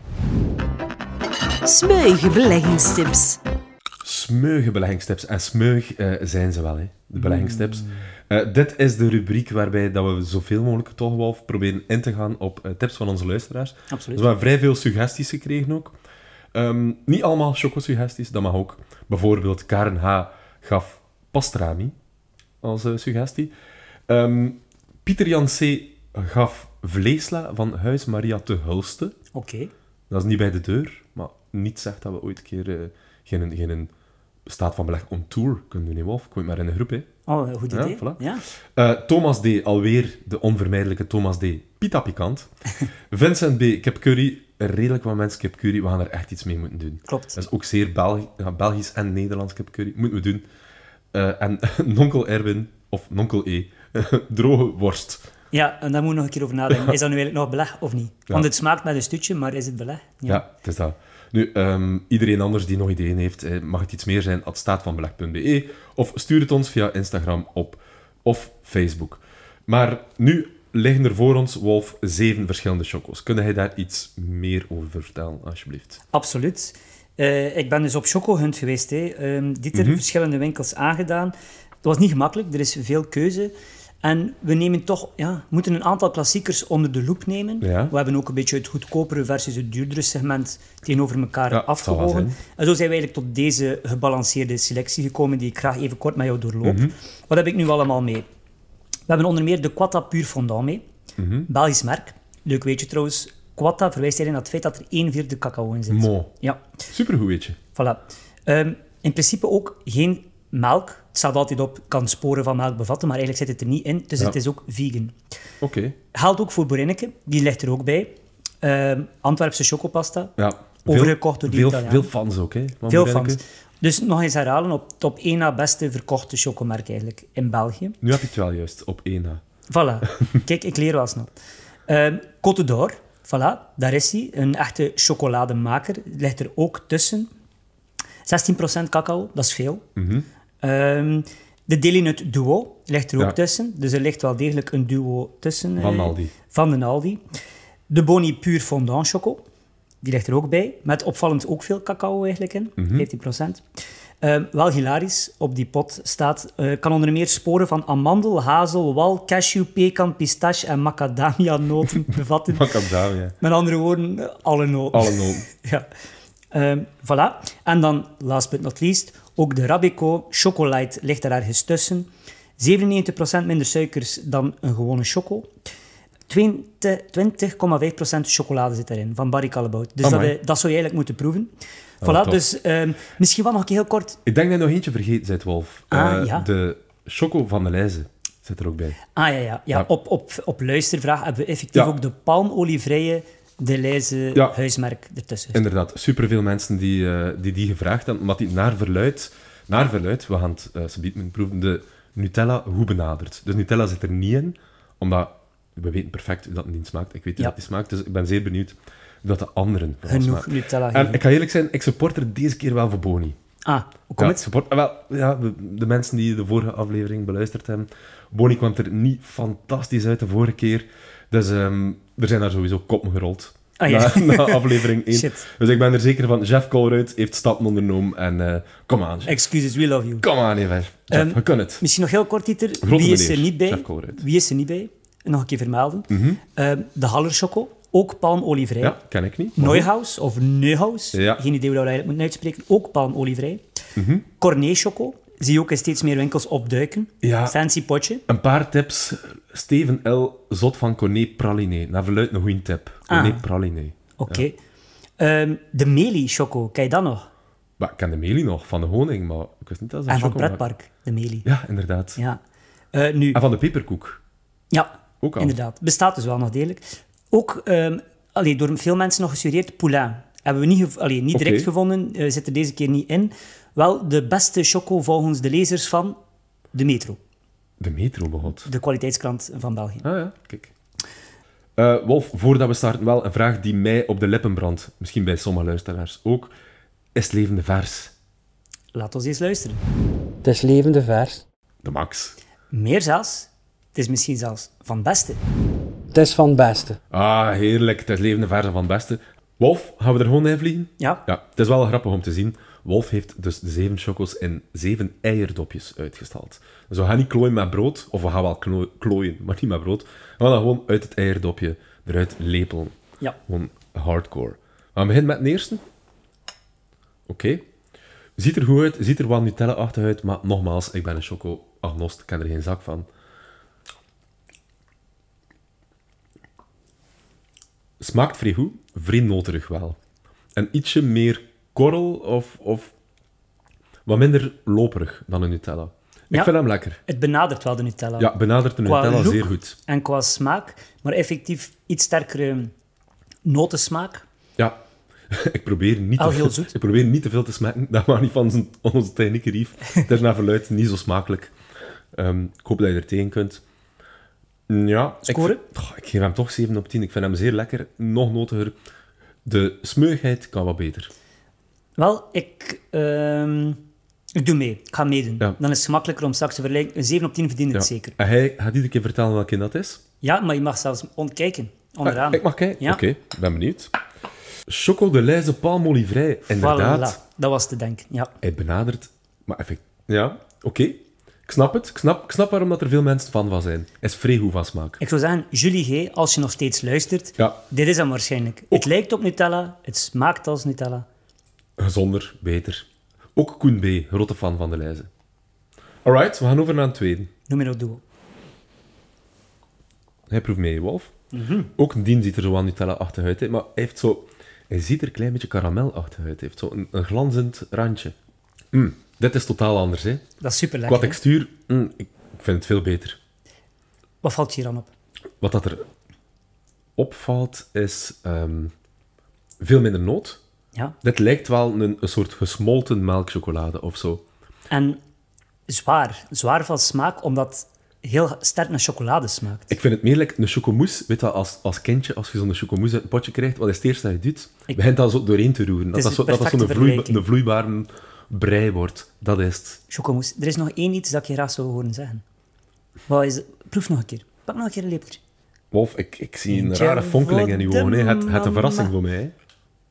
Smeuïge beleggingstips. Smeuïge beleggingstips. En smeuig uh, zijn ze wel, hè, de beleggingstips. Uh, dit is de rubriek waarbij dat we zoveel mogelijk toch wel proberen in te gaan op uh, tips van onze luisteraars. Absoluut. Dus we hebben vrij veel suggesties gekregen ook. Um, niet allemaal choco-suggesties, dat mag ook. Bijvoorbeeld Karen H. gaf pastrami als uh, suggestie. Um, Pieter Jan C. gaf vleesla van Huis Maria te Hulste. Oké. Okay. Dat is niet bij de deur, maar niet zegt dat we ooit een keer uh, geen, geen staat van beleg on tour kunnen doen, Wolf. Ik moet maar in een groep, hè. Oh, goed idee. Ja, voilà. Ja. Uh, Thomas D. Alweer de onvermijdelijke Thomas D. Pita pikant. Vincent B. Kip curry. Redelijk wat mensen kip curry. We gaan er echt iets mee moeten doen. Klopt. Dat is ook zeer Belgi- ja, Belgisch en Nederlands kip curry. Moeten we doen. Uh, en nonkel Erwin, of nonkel E. droge worst. Ja, en daar moet je nog een keer over nadenken. Is dat nu eigenlijk nog beleg of niet? Ja. Want het smaakt met een stukje, maar is het beleg? Ja, ja het is dat. Nu, um, iedereen anders die nog ideeën heeft, eh, mag het iets meer zijn, at staatvanbeleg punt b e of stuur het ons via Instagram op of Facebook. Maar nu liggen er voor ons, Wolf, zeven verschillende choco's. Kun jij daar iets meer over vertellen, alsjeblieft? Absoluut. Uh, ik ben dus op Choco Hunt geweest. Hè. Um, dit er mm-hmm. verschillende winkels aangedaan. Het was niet gemakkelijk, er is veel keuze. En we nemen toch, ja, moeten een aantal klassiekers onder de loep nemen. Ja. We hebben ook een beetje het goedkopere versus het duurdere segment tegenover elkaar ja, afgewogen. En zo zijn we eigenlijk tot deze gebalanceerde selectie gekomen, die ik graag even kort met jou doorloop. Mm-hmm. Wat heb ik nu allemaal mee? We hebben onder meer de Quatta Pur Fondant mee. Mm-hmm. Belgisch merk. Leuk weetje trouwens. Quatta verwijst erin naar het feit dat er één vierde cacao in zit. Mo. Ja. Supergoed weetje. Voilà. Um, in principe ook geen melk. Het staat altijd op, kan sporen van melk bevatten, maar eigenlijk zit het er niet in. Dus ja. Het is ook vegan. Oké. Okay. Geldt ook voor Boerinneke, die ligt er ook bij. Uh, Antwerpse chocopasta. Ja. Overgekocht door die veel, Italianen. Veel fans ook, hè? Veel fans. Dus nog eens herhalen, op top één na beste verkochte chocomerk eigenlijk in België. Nu heb je het wel juist, op één na. Voilà. Kijk, ik leer wel snel. Uh, Côte d'Or, voilà, daar is hij. Een echte chocolademaker. Ligt er ook tussen. zestien procent cacao, dat is veel. Mm-hmm. Um, de Delinut Duo ligt er ook ja. tussen. Dus er ligt wel degelijk een duo tussen. Van uh, Aldi. Van de Aldi. De Boni Pur Fondant Choco. die ligt er ook bij. Met opvallend ook veel cacao eigenlijk in, Mhm. vijftien procent. Ehm, wel hilarisch, op die pot staat... eh, kan onder meer sporen van amandel, hazel, wal, cashew, pekan, pistache en macadamia-noten bevatten. Macadamia. Met andere woorden, eh, alle noten. Alle noten. Ja. Ehm, voilà. En dan, last but not least, ook de Rabico Chocolate ligt er ergens tussen. zevenennegentig procent minder suikers dan een gewone choco. twintig komma vijf procent chocolade zit erin, van Barry Callebaut. Dus dat, Amai. eh, dat zou je eigenlijk moeten proeven. Oh, Voilà, top. dus ehm, misschien wel nog een keer heel kort... Ik denk dat je nog eentje vergeten bent, Wolf. Ah, Eh, ja. De choco van de Lijze zit er ook bij. Ah ja, ja. ja. Ja. Op, op, op luistervraag hebben we effectief Ja. ook de palmolievrije De Leize Ja. huismerk ertussen. Inderdaad, superveel mensen die, eh, die die gevraagd hebben, omdat die naar verluid, naar verluid, we gaan het uh, subiet proeven, de Nutella goed benaderd. Dus Nutella zit er niet in, omdat we weten perfect hoe dat niet smaakt. Ik weet hoe Ja. dat die smaakt, dus ik ben zeer benieuwd hoe dat de anderen vooral Genoeg smaken. Nutella En hier. ik ga eerlijk zijn, ik support er deze keer wel voor Boni. Ah, hoe komt Ja, het? support, wel, ja, de, de mensen die de vorige aflevering beluisterd hebben, Boni kwam er niet fantastisch uit de vorige keer. Dus ehm, er zijn daar sowieso koppen gerold. Ah, ja. na, na aflevering één. Shit. Dus ik ben er zeker van, Jeff Colruyt heeft stappen ondernomen en eh kom aan, Jeff. Excuses, we love you. Kom aan, Jeff. Jeff, Ehm, we kunnen het. Misschien nog heel kort, Dieter. Grote Wie is er meneer, niet bij? Jeff Colruyt. Wie is er niet bij? Nog een keer vermelden. Mhm. Ehm, de Haller Choco, ook palmolievrij. Ja, ken ik niet. Neuhaus of Neuhaus, Ja. geen idee hoe dat we eigenlijk moeten uitspreken, ook palmolievrij. Mhm. Cornet Choco, zie je ook in steeds meer winkels opduiken. Ja. Fancy potje. Een paar tips. Steven L. Zot van Cornet Praliné. Naar verluidt een goede tip. Cornet Ah. Praliné. Oké. Ehm, de Meli Choco, ken je dat nog? Maar ik ken de melie nog, van de honing, maar ik wist niet dat ze En van choco waren. Pretpark, de Meli. Ja, inderdaad. Ja. Eh, nu, En van de peperkoek. ja, Ook al. inderdaad. Bestaat dus wel nog degelijk. Ook ehm, allee, door veel mensen nog gestudeerd, Poulain. Hebben we niet, gev- allee, niet Oké. direct gevonden, eh, zit er deze keer niet in. Wel de beste choco volgens de lezers van de Metro, De metro begot. de kwaliteitskrant van België. Ah ja, kijk. Eh, Wolf, voordat we starten, wel een vraag die mij op de lippen brandt. Misschien bij sommige luisteraars ook. Is het levende vers? Laat ons eens luisteren. Het is levende vers. De max. Meer zelfs, het is misschien zelfs van het beste. Het is van het beste. Ah, heerlijk. Het is levende vers van het beste. Wolf, gaan we er gewoon in vliegen? Ja, Ja, het is wel grappig om te zien. Wolf heeft dus de zeven chocos in zeven eierdopjes uitgestald. Dus we gaan niet klooien met brood, of we gaan wel klo- klooien, maar niet met brood. We gaan dat gewoon uit het eierdopje eruit lepelen. ja. Gewoon hardcore. We gaan beginnen met de eerste. Oké. Ziet er goed uit, ziet er wat Nutella-achtig uit, maar nogmaals, ik ben een choco-agnost, ik ken er geen zak van. Smaakt vrij goed, vrij noterig wel. En ietsje meer korrel of, of wat minder loperig dan een Nutella. Ik Ja. vind hem lekker. Het benadert wel de Nutella. Ja, benadert de Qua Nutella look zeer goed. en qua smaak, maar effectief iets sterkere notensmaak. Ja, ik probeer niet, Al te, heel zoet. ik probeer niet te veel te smaken. Dat mag niet van zijn, onze technieke rief. Het is naar verluid niet zo smakelijk. Ehm, ik hoop dat je er tegen kunt. Ja, Score? Ik, vind- oh, ik geef hem toch zeven op tien. Ik vind hem zeer lekker. Nog notiger. De smeugheid kan wat beter. Wel, ik, ehm, ik doe mee. Ik ga meedoen. Ja. Dan is het gemakkelijker om straks te vergelijken. Een zeven op tien verdient het Ja. zeker. En hij gaat iedere keer vertellen welke dat is. Ja, maar je mag zelfs ontkijken. Onderaan. Ah, ik mag kijken? Ja. Oké, ik ben benieuwd. Choco de Leize palmolievrij. Inderdaad. Voilà, dat was te denken. Ja. Hij benadert... Maar effect... Ja, oké. Ik snap het. Ik snap, ik snap waarom dat er veel mensen fan van zijn. Hij is vrij goed van smaak. Ik zou zeggen, Julie G., als je nog steeds luistert, Ja, dit is hem waarschijnlijk. Het lijkt op Nutella, het smaakt als Nutella. gezonder, beter. Ook Koen B., grote fan van de Leize. Alright, we gaan over naar een tweede. Numero duo. Hij proeft mee, Wolf. Mhm. Ook Dien ziet er zo aan Nutella-achtig uit, hè, maar hij heeft zo... Hij ziet er een klein beetje karamel-achtig uit. Hij heeft zo een, een glanzend randje. Mm, dit is totaal anders, hè. Dat is super Qua lekker. textuur, mm, ik vind het veel beter. Wat valt je hier dan op? Wat dat er opvalt, is ehm, veel minder noot. Ja. Dit lijkt wel een, een soort gesmolten melkchocolade of zo. En zwaar. Zwaar van smaak, omdat het heel sterk naar chocolade smaakt. Ik vind het meer like een chocomousse. Weet je wel, als, als kindje, als je zo'n chocomousse uit een potje krijgt, wat is het eerste dat je doet? Je Ik- begint dat zo doorheen te roeren. Dat is dat, zo, de dat dat zo'n perfecte vloei, vergelijking. een vloeibare brei wordt. Dat is het. Chocomousse. Er is nog één iets dat ik je graag zou horen zeggen. Wat is het? Proef nog een keer. Pak nog een keer een lepeltje. Wolf, ik, ik zie een Eentje rare fonkeling in uw voor ogen. hè. de Het, het een mama. verrassing voor mij. hè.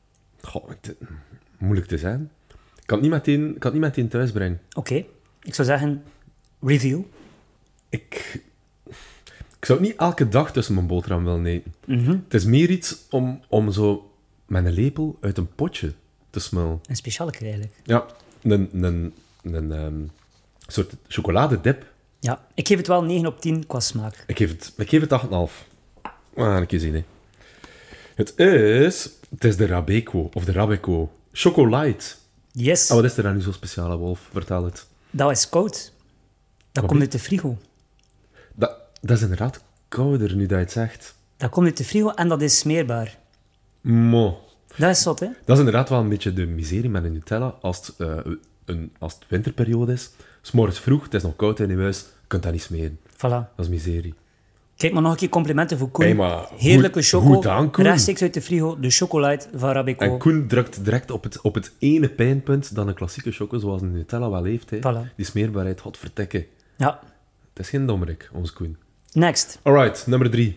Goh, het, moeilijk te zijn. Ik kan het niet meteen, ik kan het niet meteen thuis brengen. Oké, okay. Ik zou zeggen, review. Ik, ik zou het niet elke dag tussen mijn boterham willen eten. Mm-hmm. Het is meer iets om, om zo met een lepel uit een potje te smullen. Een speciale eigenlijk. Ja, een, een, een um, soort chocoladedip. Ja, ik geef het wel negen op tien qua smaak. Ik geef het, ik geef het acht komma vijf. We gaan een keer zien. Hè. Het is... Het is de Rabeco, of de Rabeco. Chocolite. Yes. Oh, wat is er dan nu zo speciaal, Wolf? Vertel het. Dat is koud. Dat komt uit de frigo. Dat, dat is inderdaad kouder, nu dat je het zegt. Dat komt uit de frigo en dat is smeerbaar. Mo. Dat is zot, hè? Dat is inderdaad wel een beetje de miserie met een Nutella. Als het, uh, een, als het winterperiode is, 's morgens vroeg, het is nog koud in je huis, je kunt dat niet smeren. Voilà. Dat is miserie. Kijk, maar nog een keer complimenten voor Koen. Hey, maar Heerlijke goed- choco, goed aan, Koen. rechtstreeks uit de frigo, de chocolade van Rabeco. En Koen drukt direct op het, op het ene pijnpunt dat een klassieke choco, zoals een Nutella wel heeft. Hè. Voilà. Die smeerbaarheid, godvertekke. Ja, Het is geen dommerik, ons Koen. next. Alright, nummer drie.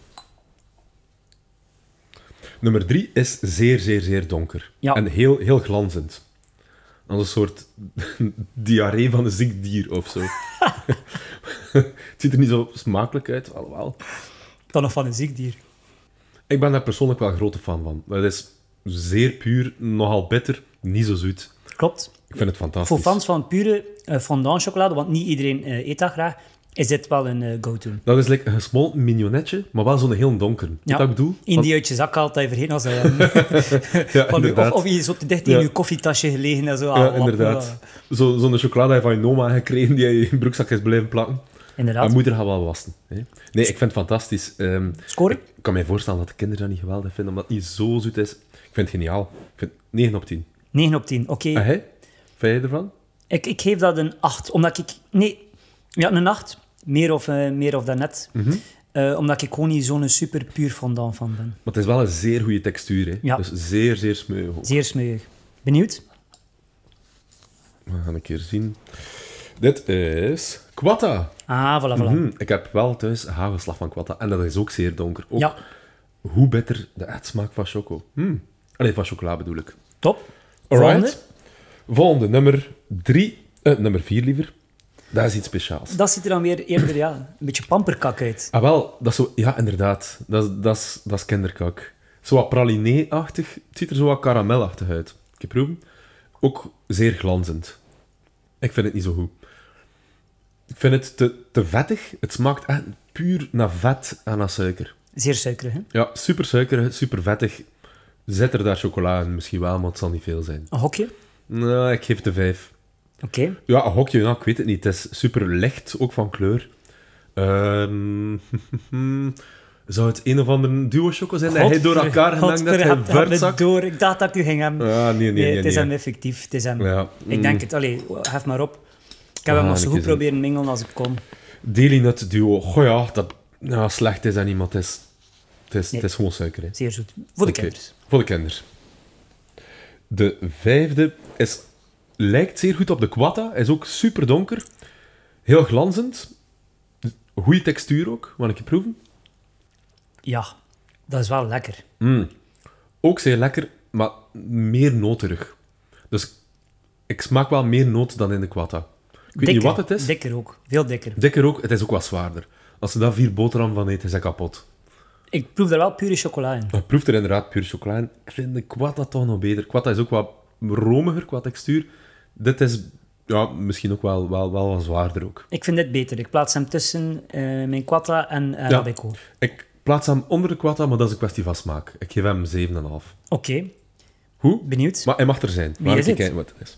Nummer drie is zeer, zeer, zeer donker. Ja. En heel, heel glanzend. Als een soort diarree van een ziek dier of zo. Het ziet er niet zo smakelijk uit, alhoewel. Dan nog van een ziek dier. Ik ben daar persoonlijk wel een grote fan van. Het is zeer puur, nogal bitter, niet zo zoet. Klopt. Ik vind het fantastisch. Voor fans van pure uh, fondant chocolade, want niet iedereen uh, eet dat graag, is dit wel een uh, go-to. Dat is like een gesmolten mignonnetje, maar wel zo'n heel donker. Weet Ja. dat ik bedoel? In Want- die uit je zak haalt, dat je vergeten als hij... ja, van u, of, inderdaad. of je zo te dicht in Ja. je koffietasje gelegen en zo. Ja, Ah, inderdaad. Zo, zo'n chocolade van je oma gekregen die je in je broekzak is blijven plakken. Inderdaad. Mijn moeder gaat wel wassen. Hè? Nee, ik vind het fantastisch. Ehm, Score? Ik kan me voorstellen dat de kinderen dat niet geweldig vinden, omdat het niet zo zoet is. Ik vind het geniaal. Ik vind negen op tien. negen op tien, oké. En jij? Vind jij ervan? Ik, ik geef dat een acht, omdat ik... Nee, ja, een acht. Meer of, uh, meer of daarnet. Mhm. Uh, omdat ik gewoon niet zo'n super puur fondant van ben. Maar het is wel een zeer goede textuur. Hè? Ja. Dus zeer, zeer smeuig. ook. Zeer smeuig. Benieuwd? We gaan een keer zien. Dit is Quatta. Ah, voilà, voilà. Mhm. Ik heb wel thuis hagelslag van Quatta. En dat is ook zeer donker. Ook Ja, hoe bitter de uitsmaak van choco. Hmm. Allee, van chocola bedoel ik. top. Alright. Volgende. Volgende, nummer drie. Eh, nummer vier liever. Dat is iets speciaals. Dat ziet er dan weer eerder ja, een beetje pamperkak uit. Ah, wel, dat is zo... Ja, inderdaad. Dat, is- dat, is, dat is kinderkak. Zo wat praliné-achtig. Het ziet er zo wat karamelachtig uit. Ik heb proeven. Ook zeer glanzend. Ik vind het niet zo goed. Ik vind het te, te vettig. Het smaakt echt puur naar vet en naar suiker. Zeer suikerig, hè? Ja, super suikerig, super vettig. Zet er daar chocola in, misschien wel, maar het zal niet veel zijn. Een hokje? Nou, ik geef het een vijf. Oké. Ja, een hokje, nou, ik weet het niet. Het is super licht, ook van kleur. Ehm, zou het een of ander duo-choco zijn dat hij door elkaar gemengd heeft? Hij vertzakt? door. Ik dacht dat ik u ging hebben. Ja, nee, nee, nee. het is nee. hem effectief. Het is hem. Ja. Ik denk het. Allee, hef maar op. Ik heb Ah, hem nog zo een goed keer proberen mingelen als ik kon. Daily Nut Duo. Goh ja, dat nou, slecht is dat niet, maar het is, het is, Nee. het is gewoon suiker. Hè. Zeer zoet. Voor de Oké, kinders. Voor de kinders. De vijfde is, lijkt zeer goed op de Quatta. Is ook super donker. Heel glanzend. Goeie textuur ook, wat ik je proeven. Ja, dat is wel lekker. Mm. Ook zeer lekker, maar meer noterig. Dus ik smaak wel meer noot dan in de Quatta. Ik weet Dikker, niet wat het is. Dikker ook. Veel dikker. Dikker ook, het is ook wat zwaarder. Als je daar vier boterham van eet, is hij kapot. Ik proef daar wel pure chocola in. Het proeft er inderdaad puur chocola in. Ik vind de Quatta toch nog beter. Quatta is ook wat romiger qua textuur. Dit is ja, misschien ook wel, wel, wel wat zwaarder ook. Ik vind dit beter. Ik plaats hem tussen eh, mijn Quatta en uh, Ja. Rabeco. Ik plaats hem onder de Quatta, maar dat is een kwestie van smaak. Ik geef hem zeven komma vijf. Oké, Hoe? benieuwd. Maar hij mag er zijn. Wie Laat is ik het? kijken wat het is.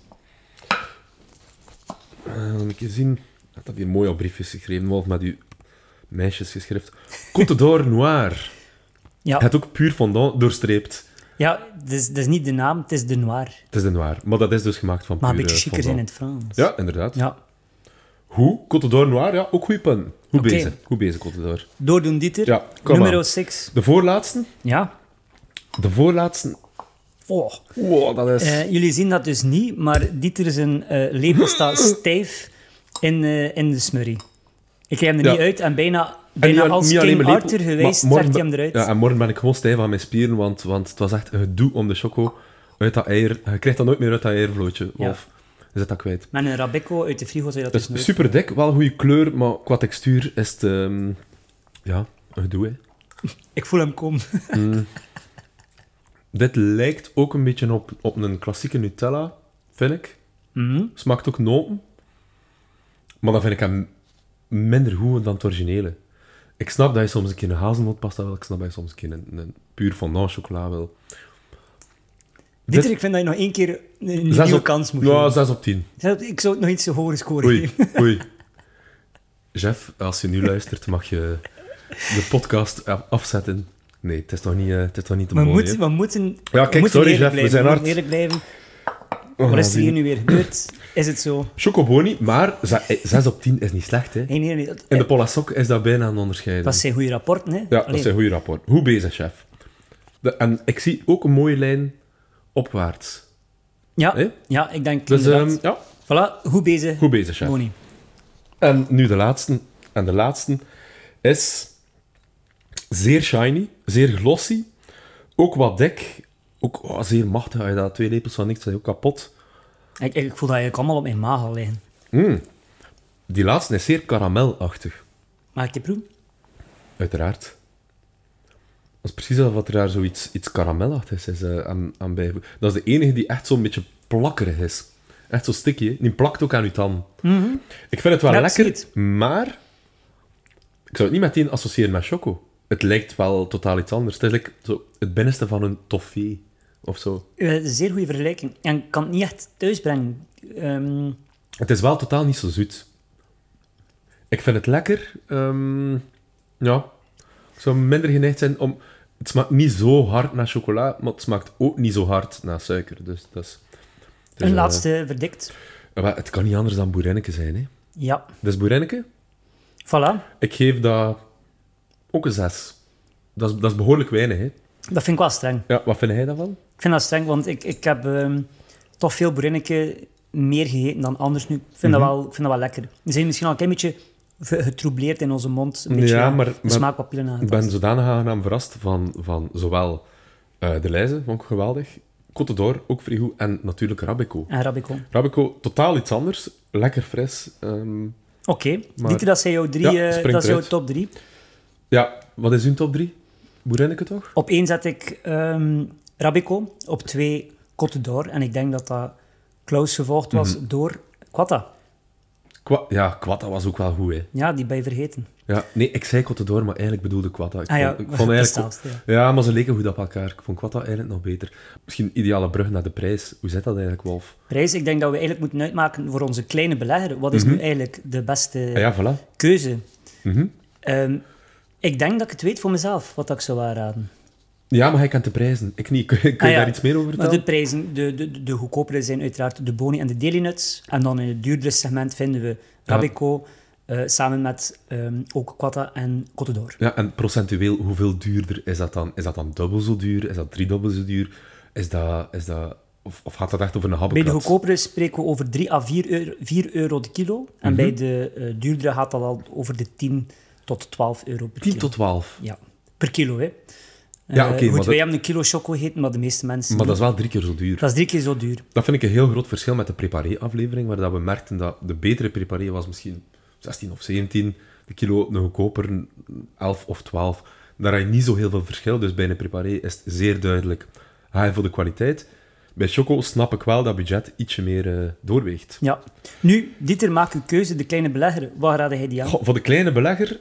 Uh, een keer zien. Ik heb hier mooi op briefjes geschreven, Wolf, met uw meisjesgeschrift. Côte d'Or Noir. Ja, Het ook puur fondant doorstreept. ja het, is, het is niet de naam, het is de noir. Het is de Noir. Maar dat is dus gemaakt van Maar een puur beetje eh, chiquer zijn in fondant. het Frans. Ja, inderdaad. Ja. Hoe? Côte d'Or Noir, ja, ook goeie punten. Hoe Oké. bezig? Hoe bezig, Côte d'Or? Doordoen Dieter. Ja, kom Nummer aan. zes. De voorlaatste? Ja. De voorlaatste... Oh. Wow, dat is... Eh, jullie zien dat dus niet, maar Dieter zijn uh, lepel staat stijf in, uh, in de smurrie. Ik krijg hem er Ja. niet uit en bijna, En bijna niet- als niet alleen King mijn lepel, Arthur maar geweest morgen trekt hij ben- hem eruit. Ja, en morgen ben ik gewoon stijf aan mijn spieren, want, want het was echt een gedoe om de choco uit dat eier... Je krijgt dat nooit meer uit dat eiervlootje, Wolf. Je zet dat kwijt. Met een Arabico uit de frigo zou je dat Het dus is nooit... super dik, wel goede kleur, maar qua textuur is het... Um, ja, een gedoe, hè. Ik voel hem komen. Mm. Dit lijkt ook een beetje op, op een klassieke Nutella, vind ik. Mm. Smaakt ook noten. Maar dan vind ik hem minder goed dan het originele. Ik snap dat je soms een keer een hazelnootpasta wil. Ik snap dat je soms een keer een, een puur fondant chocola wil. Dieter, Dit- ik vind dat je nog één keer een, een Zes nieuwe op- kans moet Ja, geven. zes op tien. Ik zou het nog iets hoger scoren Oei, geven. oei. Jeff, als je nu luistert, mag je de podcast a- afzetten. Nee, het is toch niet, uh, het is toch niet te We mooi, moeten, hè? we moeten, Ja, we kijk, moeten sorry, eerlijk Jeff, we blijven. zijn We hard. moeten eerlijk blijven. Oh, Wat is er zien. hier nu weer gebeurd? Is het zo? Chocoboni, maar ze- zes op tien is niet slecht, hè. Nee, nee, nee. Dat, In de Polasok is dat bijna een onderscheiden. dat zijn goede rapporten, hè? Ja, dat Allee, is een goede rapport. Hoe bezig, chef? De, en ik zie ook een mooie lijn opwaarts. ja, Hè? ja, ik denk Dus inderdaad. ehm, ja, Voilà, goed bezig. goed bezig, chef. Boni. En nu de laatste. En de laatste is zeer shiny, zeer glossy. Ook wat dik. Ook oh, zeer machtig. Als je dat twee lepels van niks, dat is ook kapot. Ik, ik voel dat eigenlijk allemaal op mijn maag al liggen. Mm. Die laatste is zeer karamelachtig. Mag ik die proeven? Uiteraard. Dat is precies alsof er daar zoiets iets karamelachtigs is uh, aan, aan bijgevoegd. Dat is de enige die echt zo'n beetje plakkerig is. Echt zo sticky, hè. Die plakt ook aan je tand. Mm-hmm. Ik vind het wel Ja, ik lekker, zie het. maar ik zou het niet meteen associëren met choco. Het lijkt wel totaal iets anders. Het is like zo het binnenste van een toffee of zo. Uh, een zeer goede vergelijking. En ik kan het niet echt thuisbrengen. Ehm Het is wel totaal niet zo zoet. Ik vind het lekker. ehm, ja, ik zou minder geneigd zijn om... Het smaakt niet zo hard naar chocola, maar het smaakt ook niet zo hard naar suiker. Dus dat is... dus, een eh, laatste verdikt. eh, wel, het kan niet anders dan boerinneke zijn, hè. Ja, Dat is boerinneke. voilà. Ik geef dat ook een zes. Dat is, dat is behoorlijk weinig, hè. Dat vind ik wel streng. Ja, wat vind jij daarvan? Ik vind dat streng, want ik, ik heb ehm, toch veel boerinneke meer gegeten dan anders nu. Ik vind, Mhm. dat, wel, ik vind dat wel lekker. We zijn misschien al een klein beetje ge- getroubleerd in onze mond. Een beetje Ja, maar- de maar smaakpapieren Ik aangetast. ben zodanig aangenaam verrast van, van zowel eh, de lijzen, vond ik geweldig, Côte d'Or, ook vrij goed, en natuurlijk Arabico. En Arabico. Arabico, totaal iets anders, lekker fris. ehm, Oké, Maar- Dieter, dat zijn jouw, drie, Ja, eh, springt dat is jouw eruit. top drie. ja, wat is uw top drie? Boerinneke toch? Op één zet ik ehm Arabico, op twee Côte d'Or. En ik denk dat dat close gevolgd was Mhm. door Quatta. Qua, ja, Quatta was ook wel goed, hè. Ja, die ben je vergeten. Ja, nee, ik zei Côte d'Or, maar eigenlijk bedoelde Quatta. Ik Ah ja, vond, ik vond dat eigenlijk... is het, ja. Ja, maar ze leken goed op elkaar. Ik vond Quatta eigenlijk nog beter. Misschien een ideale brug naar de prijs. Hoe zit dat eigenlijk, Wolf? Prijs, ik denk dat we eigenlijk moeten uitmaken voor onze kleine belegger. Wat is Mhm. nu eigenlijk de beste Ah, ja, voilà. keuze? Mhm. Ehm, ik denk dat ik het weet voor mezelf, wat ik zou aanraden. Ja, maar hij kent de prijzen. Ik niet. Kun, kun je Ah, ja. daar iets meer over Maar vertellen? de prijzen, de, de, de goedkopere zijn uiteraard de Boni en de Daily Nuts. En dan in het duurdere segment vinden we Arabico, eh, samen met ehm, ook Quatta en Côte d'Or. Ja, en procentueel, hoeveel duurder is dat dan? Is dat dan dubbel zo duur? Is dat driedubbel zo duur? Is dat... Is dat of, of gaat dat echt over een Bij de habbekrat? goedkopere spreken we over drie à vier euro, vier euro de kilo. En Mhm. bij de eh, duurdere gaat dat al over de tien tot twaalf euro per tien kilo. tot twaalf. Ja, per kilo, hè. Ja, Eh, oké, goed, maar dat- wij hebben een kilo choco gegeten, maar de meeste mensen Maar dat niet. is wel drie keer zo duur. Dat is drie keer zo duur. Dat vind ik een heel groot verschil met de preparé-aflevering, waar dat we merkten dat de betere preparé was misschien zestien of zeventien de kilo, de goedkoper elf of twaalf. Daar heb je niet zo heel veel verschil, dus bij een preparé is het zeer duidelijk. Ga je voor de kwaliteit. Bij choco snap ik wel dat budget ietsje meer eh, doorweegt. Ja. Nu, Dieter, maak uw keuze. De kleine belegger, waar raadde hij die aan? Goh, voor de kleine belegger...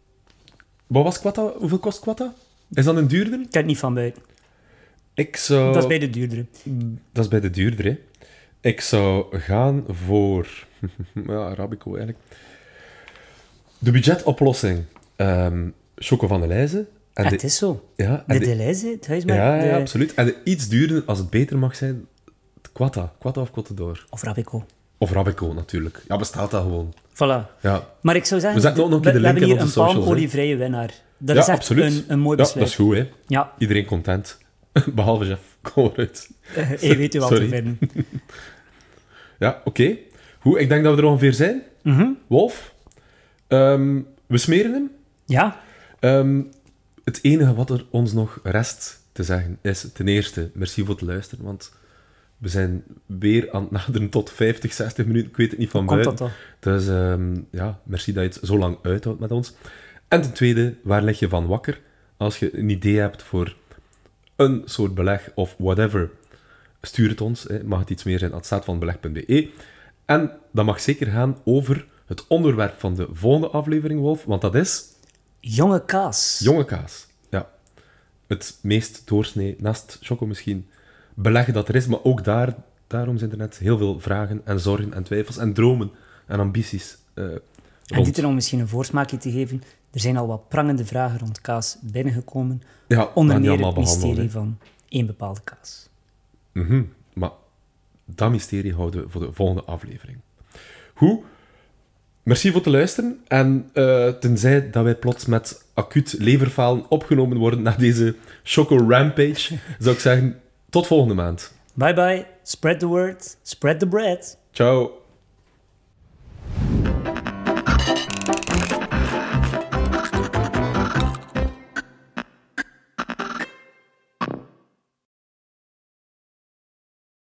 Wat was Quatta? Hoeveel kost Quatta? Is dat een duurder? Ik ken het niet van buiten. Ik zou... Dat is bij de duurdere. Dat is bij de duurder, hè. Ik zou gaan voor... ja, Arabico eigenlijk. De budgetoplossing. ehm Choco van de Lijzen. En Ah, de, het is zo. ja, en De de- Deleuze, het huismerk. ja, ja, de- absoluut. En de iets duurder, als het beter mag zijn, het Quatta. Quatta of Côte d'Or. Of Arabico. Of Arabico, natuurlijk. Ja, bestaat dat gewoon. Voilà. Ja, Maar ik zou zeggen, We zetten ook nog een we, keer de we hebben link hier in een onze socials, palmolievrije winnaar. Dat ja is echt absoluut. een, een mooi ja, besluit. dat is goed, hè. Ja, Iedereen content. Behalve Jeff. Kom eruit. eh, je weet u wel te Sorry. vinden. Ja, oké. Goed, ik denk dat we er ongeveer zijn. Mhm. Wolf, ehm, we smeren hem. Ja, Ehm, het enige wat er ons nog rest te zeggen is ten eerste, merci voor het luisteren, want We zijn weer aan het naderen tot vijftig, zestig minuten. Ik weet het niet van Komt buiten. dat toch? Dus um, ja, merci dat je het zo lang uithoudt met ons. En ten tweede, waar lig je van wakker? Als je een idee hebt voor een soort beleg of whatever, stuur het ons. Hè. Mag het iets meer zijn aan staatvanbeleg punt b e. En dat mag zeker gaan over het onderwerp van de volgende aflevering, Wolf. Want dat is... Jonge kaas. Jonge kaas. Ja. Het meest doorsnee, naast choco misschien, beleg dat er is. Maar ook daar, daarom zijn er net heel veel vragen en zorgen en twijfels en dromen en ambities. Uh, en dit er om misschien een voorsmaakje te geven. Er zijn al wat prangende vragen rond kaas binnengekomen. Ja, onder meer het mysterie van één bepaalde kaas. Mm-hmm. Maar dat mysterie houden we voor de volgende aflevering. Goed. Merci voor het luisteren. En uh, tenzij dat wij plots met acuut leverfalen opgenomen worden na deze Choco Rampage, zou ik zeggen, tot volgende maand. Bye bye. Spread the word. Spread the bread. Ciao.